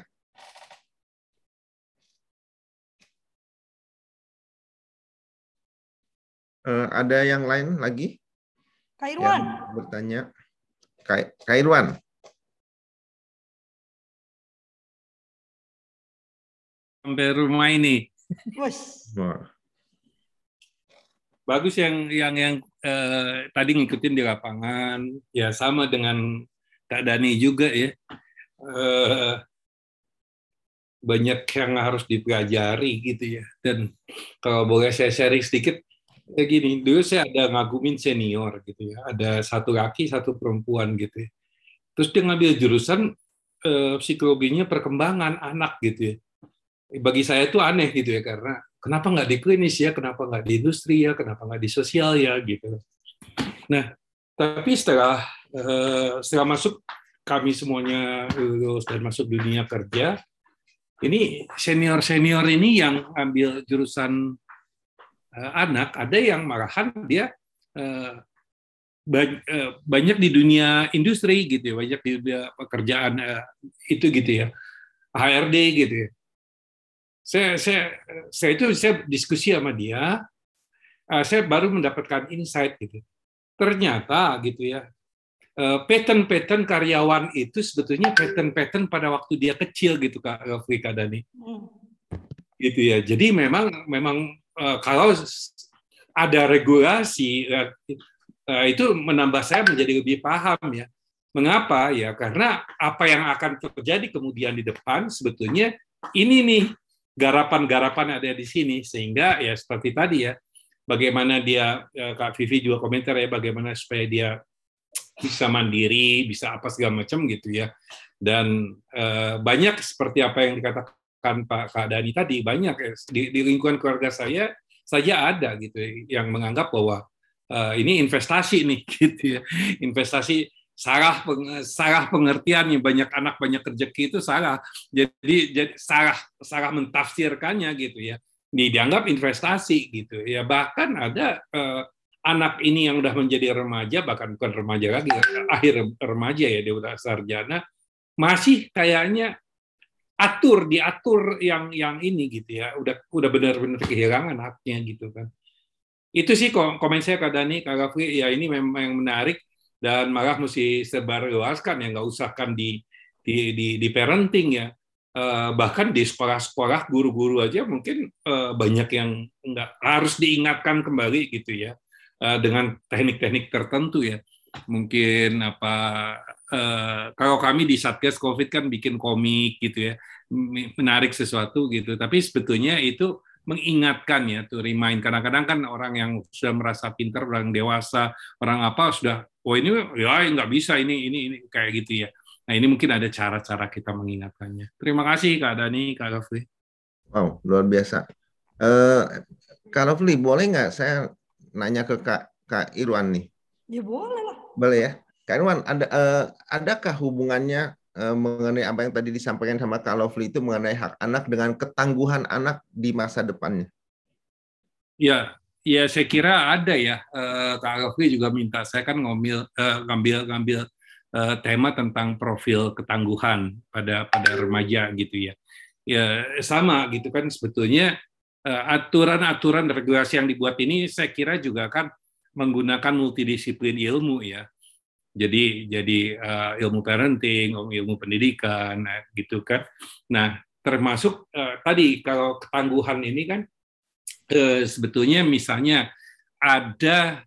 Ada yang lain lagi? Kak Irwan. Yang bertanya. Kak Irwan. Sampai rumah ini. Wah. Bagus yang tadi ngikutin di lapangan, ya sama dengan Kak Dani juga ya. Banyak yang harus dipelajari gitu ya. Dan kalau boleh saya sharing sedikit, kayak gini, dulu saya ada ngagumin senior gitu ya. Ada satu laki, satu perempuan gitu ya. Terus dia ngambil jurusan psikologinya perkembangan anak gitu ya. Bagi saya itu aneh gitu ya, karena kenapa nggak di klinis ya, kenapa nggak di industri ya, kenapa nggak di sosial ya gitu. Nah, tapi setelah masuk, kami semuanya lulus dan masuk dunia kerja, ini senior ini yang ambil jurusan anak, ada yang malahan dia banyak di dunia industri gitu ya, banyak di dunia pekerjaan itu gitu ya, HRD gitu ya. Saya diskusi sama dia, saya baru mendapatkan insight gitu. Ternyata gitu ya, pattern-pattern karyawan itu sebetulnya pattern-pattern pada waktu dia kecil gitu Kak Rafli, Kak Dani. Gitu ya. Jadi memang kalau ada regulasi itu menambah saya menjadi lebih paham ya. Mengapa ya? Karena apa yang akan terjadi kemudian di depan sebetulnya ini nih garapan-garapan ada di sini, sehingga ya seperti tadi ya, bagaimana dia Kak Vivi juga komentar ya, bagaimana supaya dia bisa mandiri, bisa apa segala macam gitu ya. Dan banyak seperti apa yang dikatakan Pak Kak Dani tadi, banyak ya, di lingkungan keluarga saya saja ada gitu yang menganggap bahwa ini investasi nih gitu ya. Investasi salah pengertiannya, banyak anak banyak rezeki itu salah. Jadi salah mentafsirkannya gitu ya. Dianggap investasi gitu ya. Bahkan ada anak ini yang udah menjadi remaja, bahkan bukan remaja lagi, akhir remaja ya, dia udah sarjana, masih kayaknya diatur yang ini gitu ya. Udah benar-benar kehilangan haknya gitu kan. Itu sih komen saya Kak Dani, Kak Rafli, ya ini memang yang menarik. Dan malah mesti sebarluaskan ya, nggak usah kan di parenting ya, bahkan di sekolah-sekolah guru-guru aja mungkin banyak yang nggak harus diingatkan kembali gitu ya, dengan teknik-teknik tertentu ya. Mungkin kalau kami di Satgas COVID kan bikin komik gitu ya, menarik sesuatu gitu, tapi sebetulnya itu mengingatkan ya, to remind. Kadang-kadang kan orang yang sudah merasa pintar, orang dewasa, orang apa sudah, oh ini ya nggak bisa, ini kayak gitu ya. Nah ini mungkin ada cara-cara kita mengingatkannya. Terima kasih Kak Dani, Kak Rafli. Wow, luar biasa. Kak Rafli, boleh nggak saya nanya ke Kak Irwan nih? Ya boleh lah. Boleh ya. Kak Irwan, adakah hubungannya mengenai apa yang tadi disampaikan sama Kak Rafli itu mengenai hak anak dengan ketangguhan anak di masa depannya? Ya saya kira ada ya. Kak Rafli juga minta saya kan ngambil tema tentang profil ketangguhan pada remaja gitu ya. Ya sama gitu kan sebetulnya aturan-aturan regulasi yang dibuat ini saya kira juga kan menggunakan multidisiplin ilmu ya. Jadi ilmu parenting, ilmu pendidikan, gitu kan. Nah, termasuk tadi kalau ketangguhan ini kan sebetulnya misalnya ada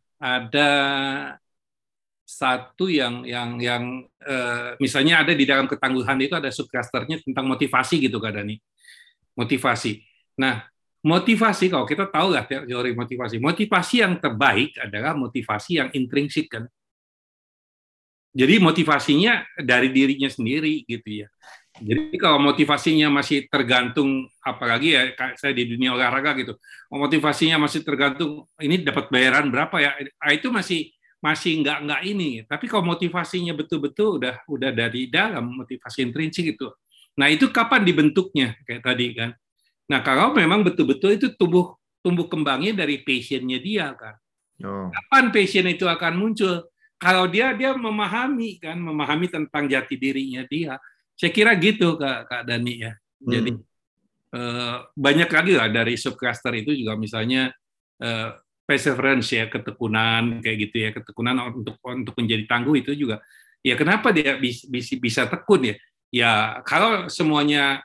satu yang misalnya ada di dalam ketangguhan itu ada subclusternya tentang motivasi gitu Kak Dani. Motivasi. Nah, motivasi kalau kita tahu lah teori motivasi. Motivasi yang terbaik adalah motivasi yang intrinsik kan. Jadi motivasinya dari dirinya sendiri gitu ya. Jadi kalau motivasinya masih tergantung, apalagi ya saya di dunia olahraga gitu, motivasinya masih tergantung ini dapat bayaran berapa ya, itu masih nggak ini. Tapi kalau motivasinya betul-betul udah dari dalam, motivasi intrinsik itu. Nah itu kapan dibentuknya kayak tadi kan. Nah kalau memang betul-betul itu tumbuh kembangnya dari passion-nya dia kan. Kapan passion itu akan muncul? Kalau dia memahami tentang jati dirinya dia. Saya kira gitu Kak Dani ya. Jadi banyak lagi lah dari subcluster itu juga misalnya perseverance ya, ketekunan kayak gitu ya, ketekunan untuk menjadi tangguh itu juga. Ya kenapa dia bisa tekun ya? Ya kalau semuanya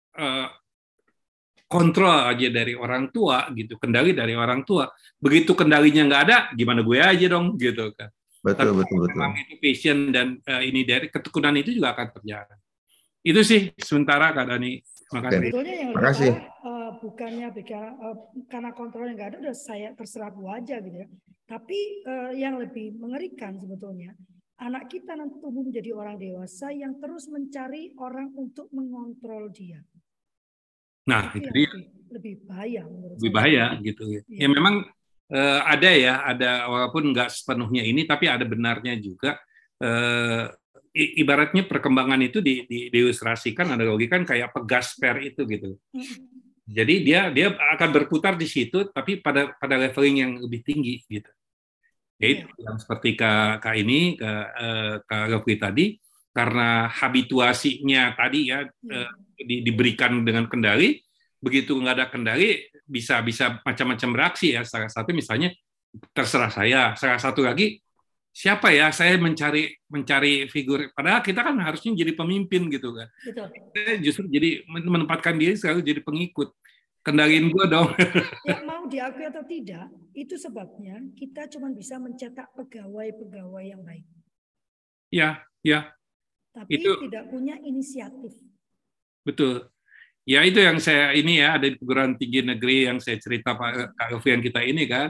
kontrol aja dari orang tua gitu, kendali dari orang tua. Begitu kendalinya nggak ada, gimana gue aja dong gitu kan. Betul. Memang itu passion dan ini dari ketekunan itu juga akan terjadi. Itu sih sementara Kak Dani. Sebetulnya yang lebih bukannya karena kontrolnya nggak ada, udah saya terserah aja gitu ya. Tapi yang lebih mengerikan sebetulnya, anak kita nanti tumbuh menjadi orang dewasa yang terus mencari orang untuk mengontrol dia. Nah itu dia. Lebih bahaya menurut saya. Lebih bahaya gitu. Ya memang ada walaupun nggak sepenuhnya ini, tapi ada benarnya juga. Ibaratnya perkembangan itu diilustrasikan ada logika kan kayak pegas per itu gitu. Jadi dia akan berputar di situ, tapi pada leveling yang lebih tinggi gitu. Yaitu yang seperti Kak Rafli tadi, karena habituasinya tadi ya diberikan dengan kendali, begitu nggak ada kendali bisa macam-macam reaksi ya. Salah satu misalnya terserah saya, salah satu lagi siapa ya saya mencari figur, padahal kita kan harusnya jadi pemimpin gitu kan. Betul. Saya justru jadi menempatkan diri selalu jadi pengikut. Kendaliin gue dong. Ya, mau diakui atau tidak, itu sebabnya kita cuma bisa mencetak pegawai-pegawai yang baik. Ya. Tapi Itu tidak punya inisiatif. betul. Ya itu yang saya ini ya, ada di perguruan tinggi negeri yang saya cerita Kak Alfian kita ini kan.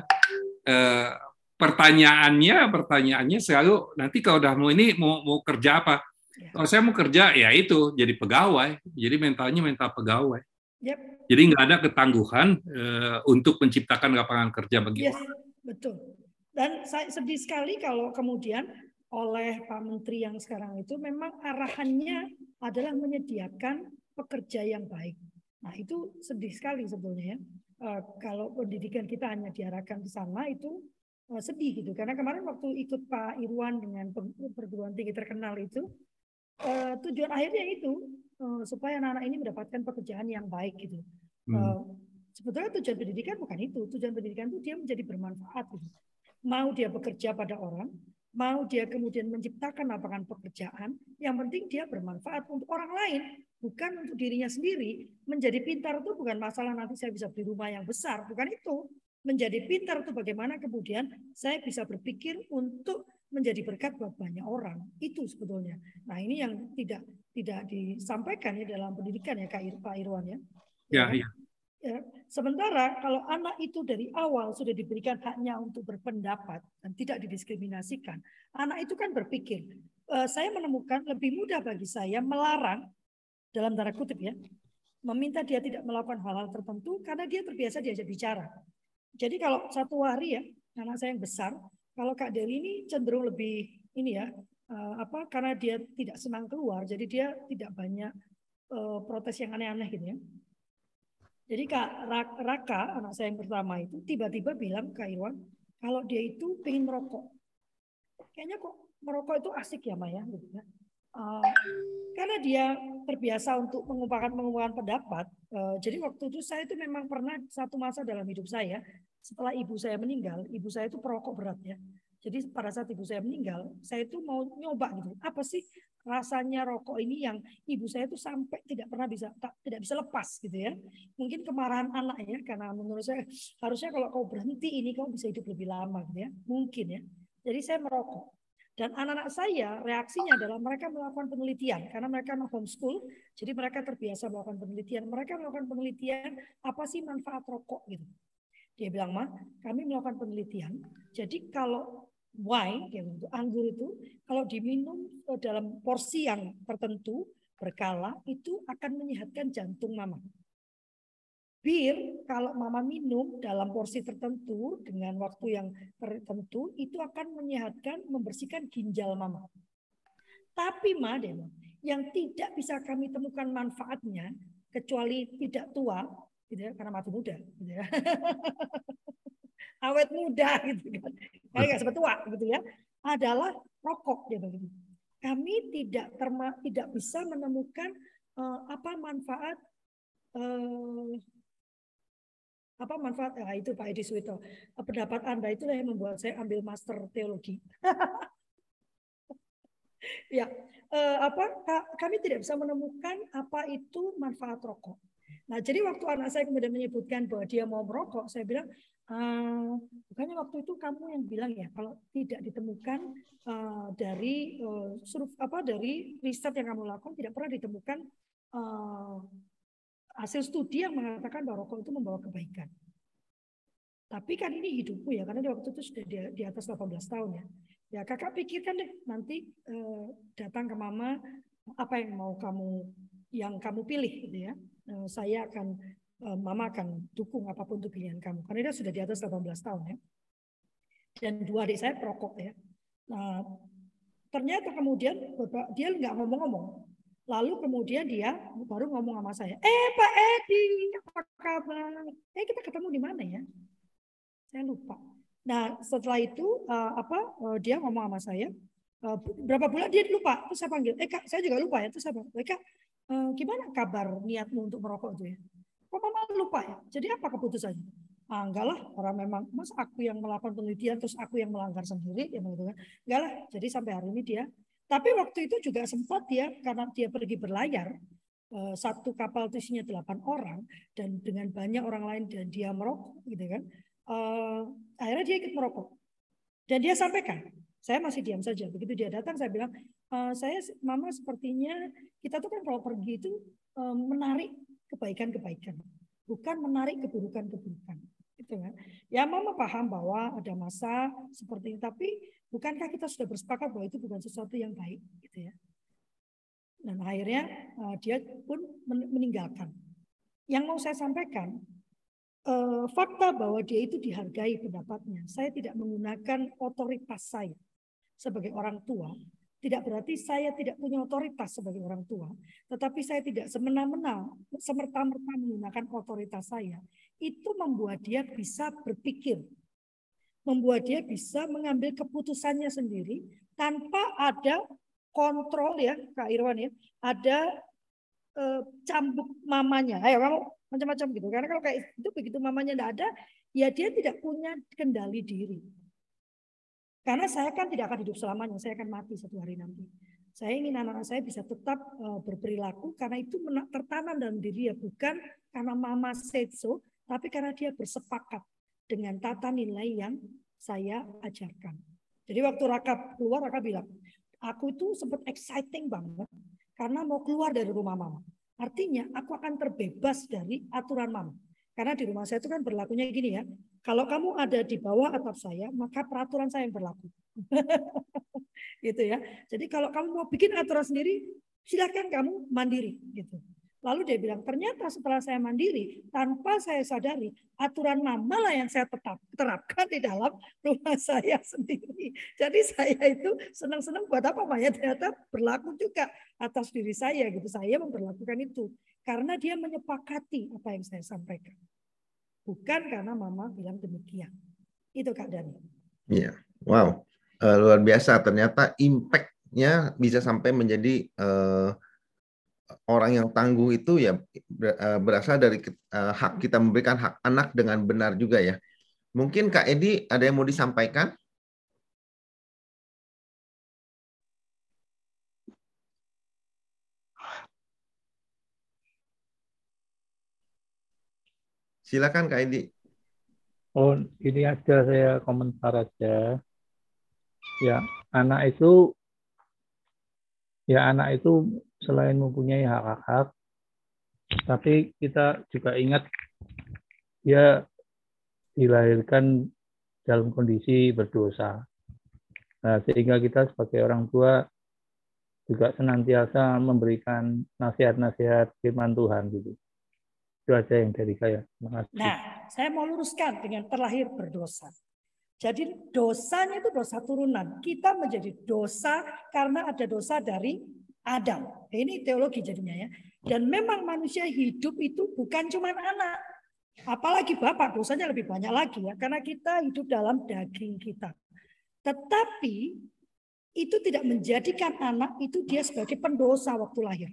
Pertanyaannya selalu nanti kalau udah mau kerja apa? Ya. Kalau saya mau kerja ya itu jadi pegawai, jadi mentalnya mental pegawai. Yep. Jadi nggak ada ketangguhan untuk menciptakan lapangan kerja bagi orang. Betul. Dan saya sedih sekali kalau kemudian oleh Pak Menteri yang sekarang itu memang arahannya adalah menyediakan pekerja yang baik. Nah itu sedih sekali sebetulnya ya. Kalau pendidikan kita hanya diarahkan ke sana itu sedih gitu. Karena kemarin waktu ikut Pak Irwan dengan perguruan tinggi terkenal itu, tujuan akhirnya itu supaya anak-anak ini mendapatkan pekerjaan yang baik gitu. Sebetulnya tujuan pendidikan bukan itu. Tujuan pendidikan itu dia menjadi bermanfaat gitu. Mau dia bekerja pada orang, mau dia kemudian menciptakan lapangan pekerjaan, yang penting dia bermanfaat untuk orang lain, bukan untuk dirinya sendiri. Menjadi pintar itu bukan masalah nanti saya bisa beli rumah yang besar, bukan itu. Menjadi pintar itu bagaimana kemudian saya bisa berpikir untuk menjadi berkat buat banyak orang. Itu sebetulnya. Nah ini yang tidak disampaikan ya dalam pendidikan ya Pak Irwan ya. Ya. Ya. Sementara kalau anak itu dari awal sudah diberikan haknya untuk berpendapat dan tidak didiskriminasikan, anak itu kan berpikir, saya menemukan lebih mudah bagi saya melarang, dalam tanda kutip ya, meminta dia tidak melakukan hal-hal tertentu karena dia terbiasa diajak bicara. Jadi kalau satu hari ya, anak saya yang besar, kalau Kak Deli ini cenderung lebih ini ya, karena dia tidak senang keluar, jadi dia tidak banyak protes yang aneh-aneh gitu ya. Jadi Kak Raka, anak saya yang pertama itu tiba-tiba bilang ke Irwan, kalau dia itu pengen merokok. Kayaknya kok merokok itu asik ya Maya, gitu ya. Karena dia terbiasa untuk mengungkapkan pendapat. Jadi waktu itu saya itu memang pernah satu masa dalam hidup saya, setelah ibu saya meninggal, ibu saya itu perokok berat ya. Jadi pada saat ibu saya meninggal, saya itu mau nyoba gitu. Apa sih rasanya rokok ini yang ibu saya itu sampai tidak bisa lepas gitu ya. Mungkin kemarahan anak ya, karena menurut saya harusnya kalau kau berhenti ini kau bisa hidup lebih lama gitu ya. Mungkin ya. Jadi saya merokok. Dan anak-anak saya reaksinya adalah mereka melakukan penelitian karena mereka homeschool, jadi mereka terbiasa melakukan penelitian. Mereka melakukan penelitian apa sih manfaat rokok gitu. Dia bilang, "Ma, kami melakukan penelitian. Jadi kalau wine, gitu, anggur itu kalau diminum dalam porsi yang tertentu berkala itu akan menyehatkan jantung mama. Bir kalau mama minum dalam porsi tertentu dengan waktu yang tertentu itu akan menyehatkan, membersihkan ginjal mama. Tapi Ma, yang tidak bisa kami temukan manfaatnya kecuali tidak tua, gitu ya, karena mati muda, gitu ya. Awet muda gitu kan, kayak nggak sempat tua gitu ya, adalah rokok dia begitu. Kami tidak bisa menemukan apa manfaat itu Pak Edi Suwito. Pendapat Anda itulah yang membuat saya ambil master teologi. Ya, kami tidak bisa menemukan apa itu manfaat rokok. Nah, jadi waktu anak saya kemudian menyebutkan bahwa dia mau merokok, saya bilang, bukannya waktu itu kamu yang bilang ya, kalau tidak ditemukan dari riset yang kamu lakukan tidak pernah ditemukan hasil studi yang mengatakan bahwa rokok itu membawa kebaikan. Tapi kan ini hidupku ya, karena di waktu itu sudah di atas 18 tahun ya. Ya kakak pikirkan deh nanti datang ke mama apa yang kamu pilih gitu ya. Mama akan dukung apapun itu pilihan kamu. Karena dia sudah di atas 18 tahun ya. Dan 2 adik saya perokok ya. Nah, ternyata kemudian dia nggak ngomong-ngomong. Lalu kemudian dia baru ngomong sama saya, Pak Edi, apa kabar? Kita ketemu di mana ya? Saya lupa. Nah setelah itu dia ngomong sama saya, berapa bulan dia lupa. Terus saya panggil, Kak, saya juga lupa ya. Terus saya bilang, Kak, gimana kabar niatmu untuk merokok itu ya? Kok mama lupa ya? Jadi apa keputusannya? Enggak lah, orang memang mas aku yang melakukan penelitian terus aku yang melanggar sendiri, ya gitu kan. Enggak lah. Jadi sampai hari ini dia. Tapi waktu itu juga sempat dia karena dia pergi berlayar, satu kapal itu isinya 8 orang dan dengan banyak orang lain dan dia merokok, gitu kan. Akhirnya dia ikut merokok dan dia sampaikan, saya masih diam saja. Begitu dia datang, saya bilang, mama sepertinya kita tuh kan kalau pergi itu menarik kebaikan-kebaikan, bukan menarik keburukan-keburukan. Gitu kan. Ya mama paham bahwa ada masa seperti ini, tapi bukankah kita sudah bersepakat bahwa itu bukan sesuatu yang baik, gitu ya. Dan akhirnya dia pun meninggalkan. Yang mau saya sampaikan, fakta bahwa dia itu dihargai pendapatnya. Saya tidak menggunakan otoritas saya sebagai orang tua. Tidak berarti saya tidak punya otoritas sebagai orang tua. Tetapi saya tidak semena-mena, semerta-merta menggunakan otoritas saya. Itu membuat dia bisa berpikir. Membuat dia bisa mengambil keputusannya sendiri tanpa ada kontrol ya, Kak Irwan ya. Ada cambuk mamanya. Ayo kamu macam-macam gitu. Karena kalau kayak itu begitu mamanya tidak ada, ya dia tidak punya kendali diri. Karena saya kan tidak akan hidup selamanya, saya akan mati satu hari nanti. Saya ingin anak-anak saya bisa tetap berperilaku karena itu tertanam dalam diri ya, bukan karena mama said so, tapi karena dia bersepakat dengan tata nilai yang saya ajarkan. Jadi waktu Raka keluar, Raka bilang, aku itu sempat exciting banget karena mau keluar dari rumah mama. Artinya aku akan terbebas dari aturan mama. Karena di rumah saya itu kan berlakunya gini ya. Kalau kamu ada di bawah atap saya, maka peraturan saya yang berlaku. Gitu ya. Jadi kalau kamu mau bikin aturan sendiri, silakan kamu mandiri gitu. Lalu dia bilang, ternyata setelah saya mandiri, tanpa saya sadari, aturan mama lah yang saya terapkan di dalam rumah saya sendiri. Jadi saya itu senang-senang buat apa Maya, ternyata berlaku juga atas diri saya gitu. Saya memperlakukan itu karena dia menyepakati apa yang saya sampaikan. Bukan karena mama bilang demikian. Itu Kak Dani. Iya, wow, luar biasa. Ternyata impact-nya bisa sampai menjadi orang yang tangguh itu ya berasal dari hak kita memberikan hak anak dengan benar juga ya. Mungkin Kak Edi ada yang mau disampaikan? Silakan Kak Edi. Oh, ini aja saya komentar aja. Ya, anak itu selain mempunyai hak-hak, tapi kita juga ingat dia dilahirkan dalam kondisi berdosa. Nah, sehingga kita sebagai orang tua juga senantiasa memberikan nasihat-nasihat firman Tuhan gitu. Itu aja yang dari saya. Terima kasih. Nah, saya mau luruskan dengan terlahir berdosa. Jadi dosanya itu dosa turunan. Kita menjadi dosa karena ada dosa dari Adam. Ini teologi jadinya ya. Dan memang manusia hidup itu bukan cuma anak. Apalagi bapak, dosanya lebih banyak lagi ya. Karena kita hidup dalam daging kita. Tetapi itu tidak menjadikan anak itu dia sebagai pendosa waktu lahir.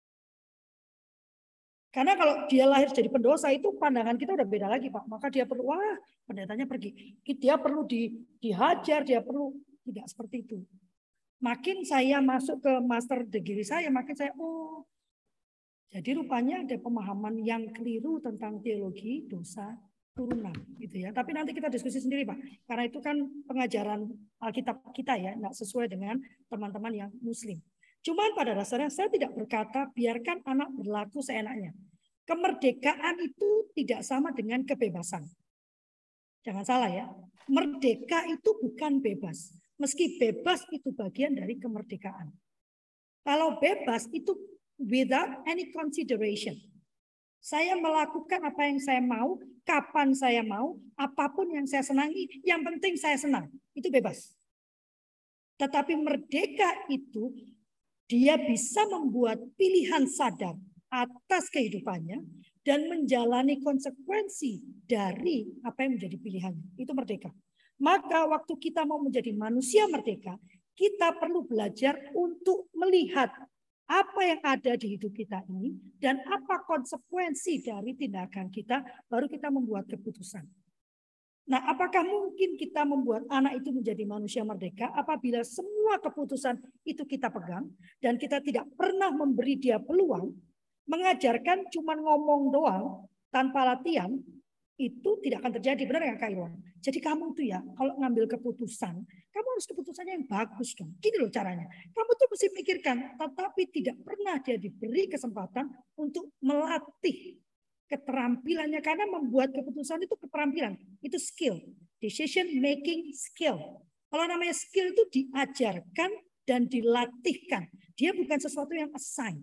Karena kalau dia lahir jadi pendosa itu pandangan kita udah beda lagi Pak. Maka dia perlu, wah pendetanya pergi. Dia perlu dihajar, dia perlu, tidak seperti itu. Makin saya masuk ke master degree saya, makin saya, oh jadi rupanya ada pemahaman yang keliru tentang teologi dosa turunan. Gitu ya. Tapi nanti kita diskusi sendiri Pak. Karena itu kan pengajaran Alkitab kita ya, nggak sesuai dengan teman-teman yang muslim. Cuman pada dasarnya saya tidak berkata biarkan anak berlaku seenaknya. Kemerdekaan itu tidak sama dengan kebebasan. Jangan salah ya. Merdeka itu bukan bebas. Meski bebas itu bagian dari kemerdekaan. Kalau bebas itu without any consideration. Saya melakukan apa yang saya mau, kapan saya mau, apapun yang saya senangi, yang penting saya senang. Itu bebas. Tetapi merdeka itu dia bisa membuat pilihan sadar atas kehidupannya dan menjalani konsekuensi dari apa yang menjadi pilihannya. Itu merdeka. Maka waktu kita mau menjadi manusia merdeka, kita perlu belajar untuk melihat apa yang ada di hidup kita ini, dan apa konsekuensi dari tindakan kita, baru kita membuat keputusan. Nah, apakah mungkin kita membuat anak itu menjadi manusia merdeka apabila semua keputusan itu kita pegang dan kita tidak pernah memberi dia peluang, mengajarkan cuma ngomong doang tanpa latihan, itu tidak akan terjadi. Benar nggak Kak Irwan? Jadi kamu tuh ya, kalau ngambil keputusan, kamu harus keputusannya yang bagus dong. Gini loh caranya. Kamu tuh mesti pikirkan, tetapi tidak pernah dia diberi kesempatan untuk melatih keterampilannya, karena membuat keputusan itu keterampilan, itu skill, decision making skill. Kalau namanya skill itu diajarkan dan dilatihkan, dia bukan sesuatu yang assign.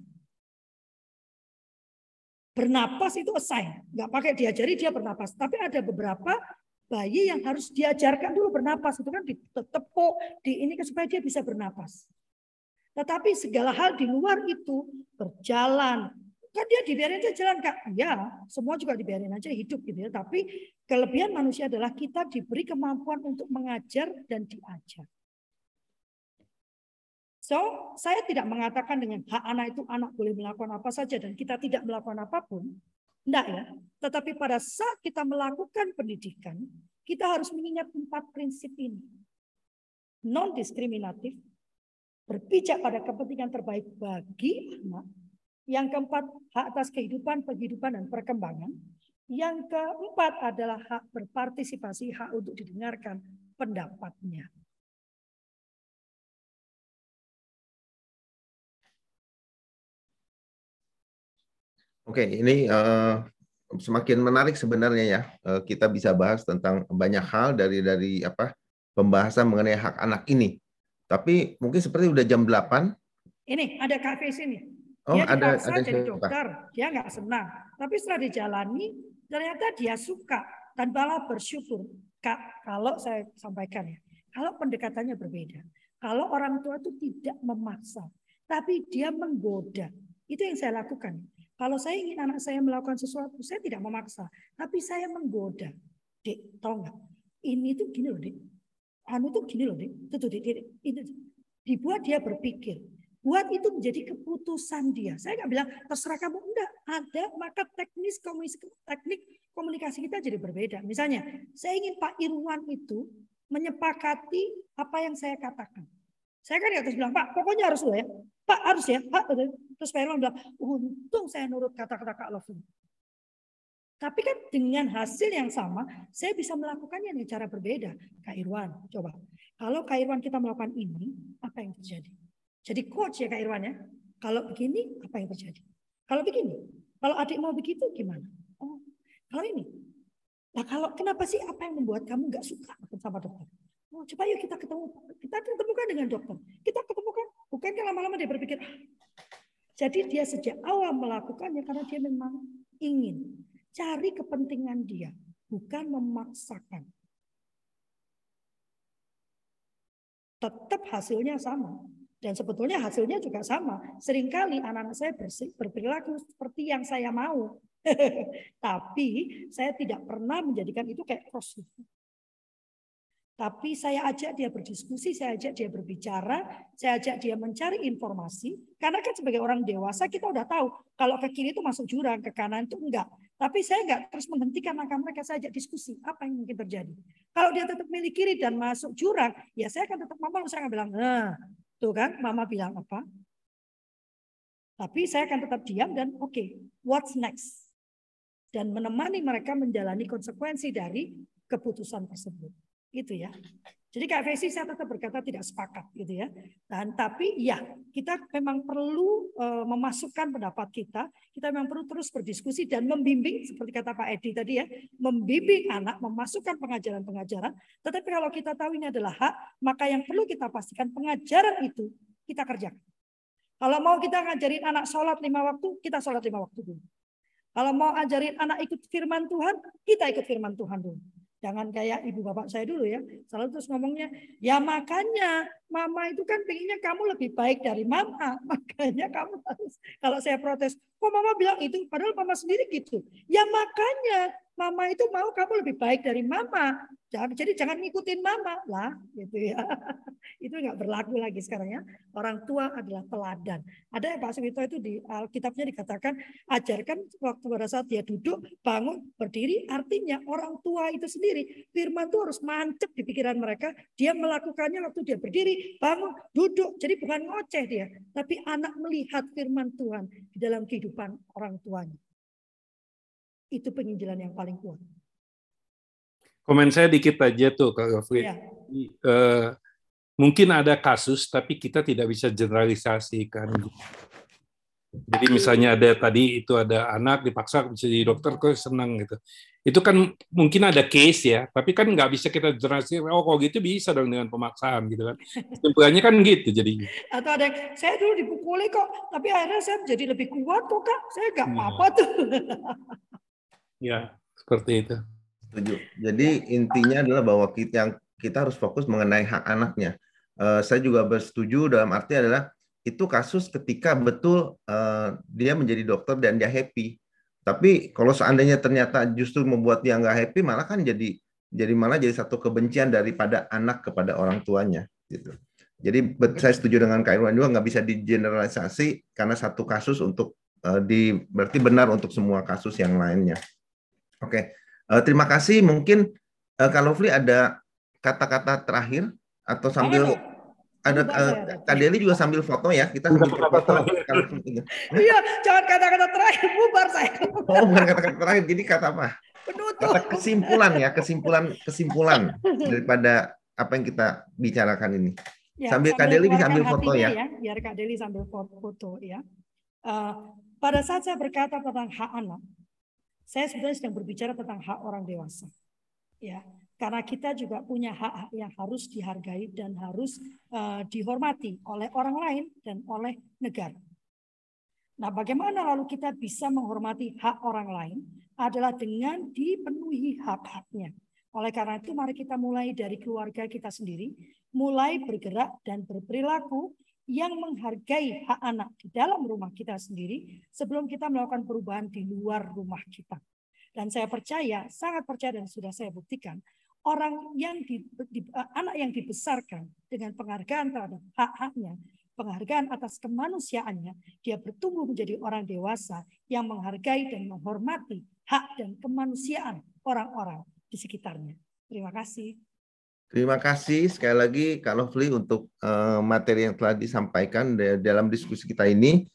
Bernapas itu assign, nggak pakai diajari dia bernapas. Tapi ada beberapa bayi yang harus diajarkan dulu bernapas, itu kan ditepuk, ini supaya dia bisa bernapas. Tetapi segala hal di luar itu berjalan. Kan dia dibiarin aja jalan, Kak. Ya, semua juga dibiarin aja hidup gitu ya. Tapi kelebihan manusia adalah kita diberi kemampuan untuk mengajar dan diajar. So, saya tidak mengatakan dengan hak anak itu anak boleh melakukan apa saja dan kita tidak melakukan apapun. Enggak ya. Tetapi pada saat kita melakukan pendidikan, kita harus mengingat 4 prinsip ini. Non-diskriminatif, berpijak pada kepentingan terbaik bagi anak. Yang keempat, hak atas kehidupan, penghidupan, dan perkembangan. Yang keempat adalah hak berpartisipasi, hak untuk didengarkan pendapatnya. Oke, ini semakin menarik sebenarnya ya. Kita bisa bahas tentang banyak hal dari pembahasan mengenai hak anak ini. Tapi mungkin seperti udah jam 8. Ini ada Kak Fis ini. Oh, Dia dipaksa ada jadi dokter, dia nggak senang. Tapi setelah dijalani, ternyata dia suka dan malah bersyukur. Kak, kalau saya sampaikan ya, kalau pendekatannya berbeda, kalau orang tua itu tidak memaksa, tapi dia menggoda, itu yang saya lakukan. Kalau saya ingin anak saya melakukan sesuatu, saya tidak memaksa, tapi saya menggoda. Dek, tahu nggak? Ini tuh gini loh, Dek. Anu tuh gini loh, Dek. Tuh, Dek, itu dibuat dia berpikir. Buat itu menjadi keputusan dia. Saya nggak bilang terserah kamu, enggak. Ada, maka teknik komunikasi kita jadi berbeda. Misalnya, saya ingin Pak Irwan itu menyepakati apa yang saya katakan. Saya kan nggak terus bilang, Pak, pokoknya harus loh ya. Pak, harus ya. Pak, terus Pak Irwan bilang, untung saya nurut kata-kata Kak Lovin. Tapi kan dengan hasil yang sama, saya bisa melakukannya dengan cara berbeda. Kak Irwan, coba. Kalau Kak Irwan kita melakukan ini, apa yang terjadi? Jadi coach ya Kak Irwan ya. Kalau begini, apa yang terjadi? Kalau begini, kalau adik mau begitu gimana? Oh, kalau ini. Nah kalau kenapa sih apa yang membuat kamu nggak suka sama dokter? Oh, coba yuk kita ketemukan dengan dokter. Kita ketemukan, bukankah lama-lama dia berpikir. Jadi dia sejak awal melakukannya karena dia memang ingin cari kepentingan dia, bukan memaksakan. Tetap hasilnya sama. Dan sebetulnya hasilnya juga sama. Seringkali anak-anak saya berperilaku seperti yang saya mau. Tapi saya tidak pernah menjadikan itu kayak cross. Tapi saya ajak dia berdiskusi, saya ajak dia berbicara, saya ajak dia mencari informasi. Karena kan sebagai orang dewasa kita udah tahu kalau ke kiri itu masuk jurang, ke kanan itu enggak. Tapi saya enggak terus menghentikan langkah mereka, saya ajak diskusi. Apa yang mungkin terjadi? Kalau dia tetap milih kiri dan masuk jurang, ya saya akan tetap ngomong, saya akan bilang, nah, tuh kan, mama bilang apa? Tapi saya akan tetap diam dan oke, what's next? Dan menemani mereka menjalani konsekuensi dari keputusan tersebut. Gitu ya. Jadi Kak Fesi saya tetap berkata tidak sepakat gitu ya. Dan tapi ya, kita memang perlu memasukkan pendapat kita memang perlu terus berdiskusi dan membimbing seperti kata Pak Edi tadi ya, membimbing anak, memasukkan pengajaran-pengajaran. Tetapi kalau kita tahu ini adalah hak, maka yang perlu kita pastikan pengajaran itu kita kerjakan. Kalau mau kita ngajarin anak sholat 5 waktu, kita sholat 5 waktu dulu. Kalau mau ajarin anak ikut firman Tuhan, kita ikut firman Tuhan dulu. Jangan kayak ibu bapak saya dulu ya. Selalu terus ngomongnya, ya makanya mama itu kan pengennya kamu lebih baik dari mama. Makanya kamu harus, kalau saya protes, kok mama bilang itu? Padahal mama sendiri gitu. Ya makanya mama itu mau kamu lebih baik dari mama. Jadi jangan ngikutin mama lah gitu ya. Itu nggak berlaku lagi sekarang ya. Orang tua adalah teladan. Ada Pak Suwito itu di Alkitabnya dikatakan, ajarkan waktu pada saat dia duduk, bangun, berdiri. Artinya orang tua itu sendiri, firman itu harus mancep di pikiran mereka. Dia melakukannya waktu dia berdiri, bangun, duduk. Jadi bukan ngoceh dia. Tapi anak melihat firman Tuhan di dalam kehidupan orang tuanya. Itu penginjilan yang paling kuat. Komen saya dikit aja tuh, Kak Gafri. Ya. Mungkin ada kasus, tapi kita tidak bisa generalisasikan. Jadi misalnya ada tadi itu ada anak dipaksa bisa jadi dokter, kok senang gitu. Itu kan mungkin ada case ya, tapi kan nggak bisa kita generalisasikan. Oh, kok gitu bisa dong dengan pemaksaan gitu kan. Kesimpulannya kan gitu jadinya. Atau ada yang, saya dulu dipukuli kok, tapi akhirnya saya jadi lebih kuat kok Kak. Saya nggak apa-apa tuh. Ya, seperti itu. Setuju. Jadi intinya adalah bahwa kita harus fokus mengenai hak anaknya. Saya juga bersetuju dalam arti adalah itu kasus ketika betul dia menjadi dokter dan dia happy. Tapi kalau seandainya ternyata justru membuat dia nggak happy, malah kan jadi satu kebencian daripada anak kepada orang tuanya. Gitu. Jadi saya setuju dengan Kak Irwan juga, nggak bisa digeneralisasi karena satu kasus untuk berarti benar untuk semua kasus yang lainnya. Oke. Terima kasih. Mungkin Kak Lovely ada kata-kata terakhir atau sambil ada Kak Deli juga sambil foto ya, kita sambil foto. Iya, jangan kata-kata terakhir, bubar saya. Oh, bukan kata-kata terakhir, jadi kata apa? Penutup. Kata kesimpulan ya, kesimpulan daripada apa yang kita bicarakan ini. Ya, sambil Kak Deli bisa ambil foto ya. Biar Kak Deli sambil foto ya. Pada saat saya berkata tentang hak anak, saya sebenarnya sedang berbicara tentang hak orang dewasa. Ya, karena kita juga punya hak-hak yang harus dihargai dan harus dihormati oleh orang lain dan oleh negara. Nah, bagaimana lalu kita bisa menghormati hak orang lain adalah dengan dipenuhi hak-haknya. Oleh karena itu, mari kita mulai dari keluarga kita sendiri, mulai bergerak dan berperilaku yang menghargai hak anak di dalam rumah kita sendiri sebelum kita melakukan perubahan di luar rumah kita. Dan saya percaya, sangat percaya dan sudah saya buktikan, orang yang anak yang dibesarkan dengan penghargaan terhadap hak-haknya, penghargaan atas kemanusiaannya, dia bertumbuh menjadi orang dewasa yang menghargai dan menghormati hak dan kemanusiaan orang-orang di sekitarnya. Terima kasih. Terima kasih sekali lagi Kak Lovely untuk materi yang telah disampaikan dalam diskusi kita ini.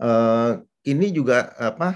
Ini juga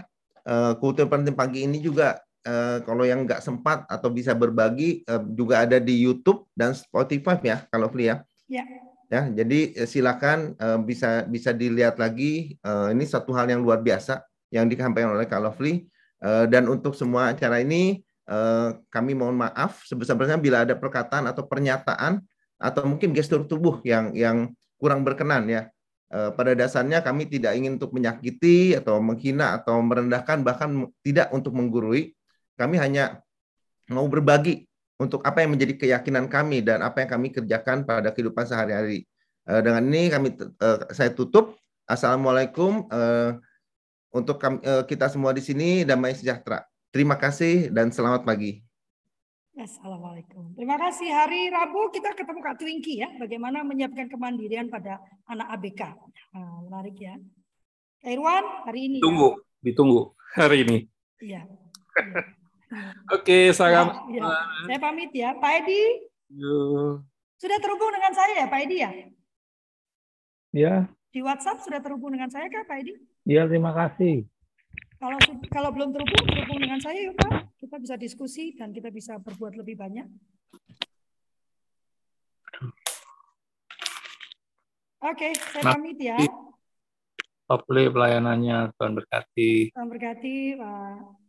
kultur penting pagi ini juga kalau yang nggak sempat atau bisa berbagi juga ada di YouTube dan Spotify ya Kak Lovely ya. Ya. Ya, jadi silakan bisa dilihat lagi. Ini satu hal yang luar biasa yang disampaikan oleh Kak Lovely. Dan untuk semua acara ini kami mohon maaf sebesar-besarnya bila ada perkataan atau pernyataan atau mungkin gestur tubuh yang kurang berkenan ya. Pada dasarnya kami tidak ingin untuk menyakiti atau menghina atau merendahkan, bahkan tidak untuk menggurui. Kami hanya mau berbagi untuk apa yang menjadi keyakinan kami dan apa yang kami kerjakan pada kehidupan sehari-hari. Dengan ini saya tutup. Assalamualaikum untuk kita semua di sini, damai sejahtera. Terima kasih dan selamat pagi. Assalamualaikum. Terima kasih. Hari Rabu kita ketemu Kak Twinky ya. Bagaimana menyiapkan kemandirian pada anak ABK. Nah, menarik ya. Kak Irwan, hari ini. Ditunggu hari ini. Iya. Oke, salam. Ya. Saya pamit ya. Pak Edi. Sudah terhubung dengan saya ya Pak Edi ya? Ya. Di WhatsApp sudah terhubung dengan saya kah Pak Edi? Ya, terima kasih. Kalau belum terhubung dengan saya yuk Pak. Kita bisa diskusi dan kita bisa berbuat lebih banyak. Oke, saya pamit ya. Lovely pelayanannya, Tuhan berkati. Tuhan berkati Pak.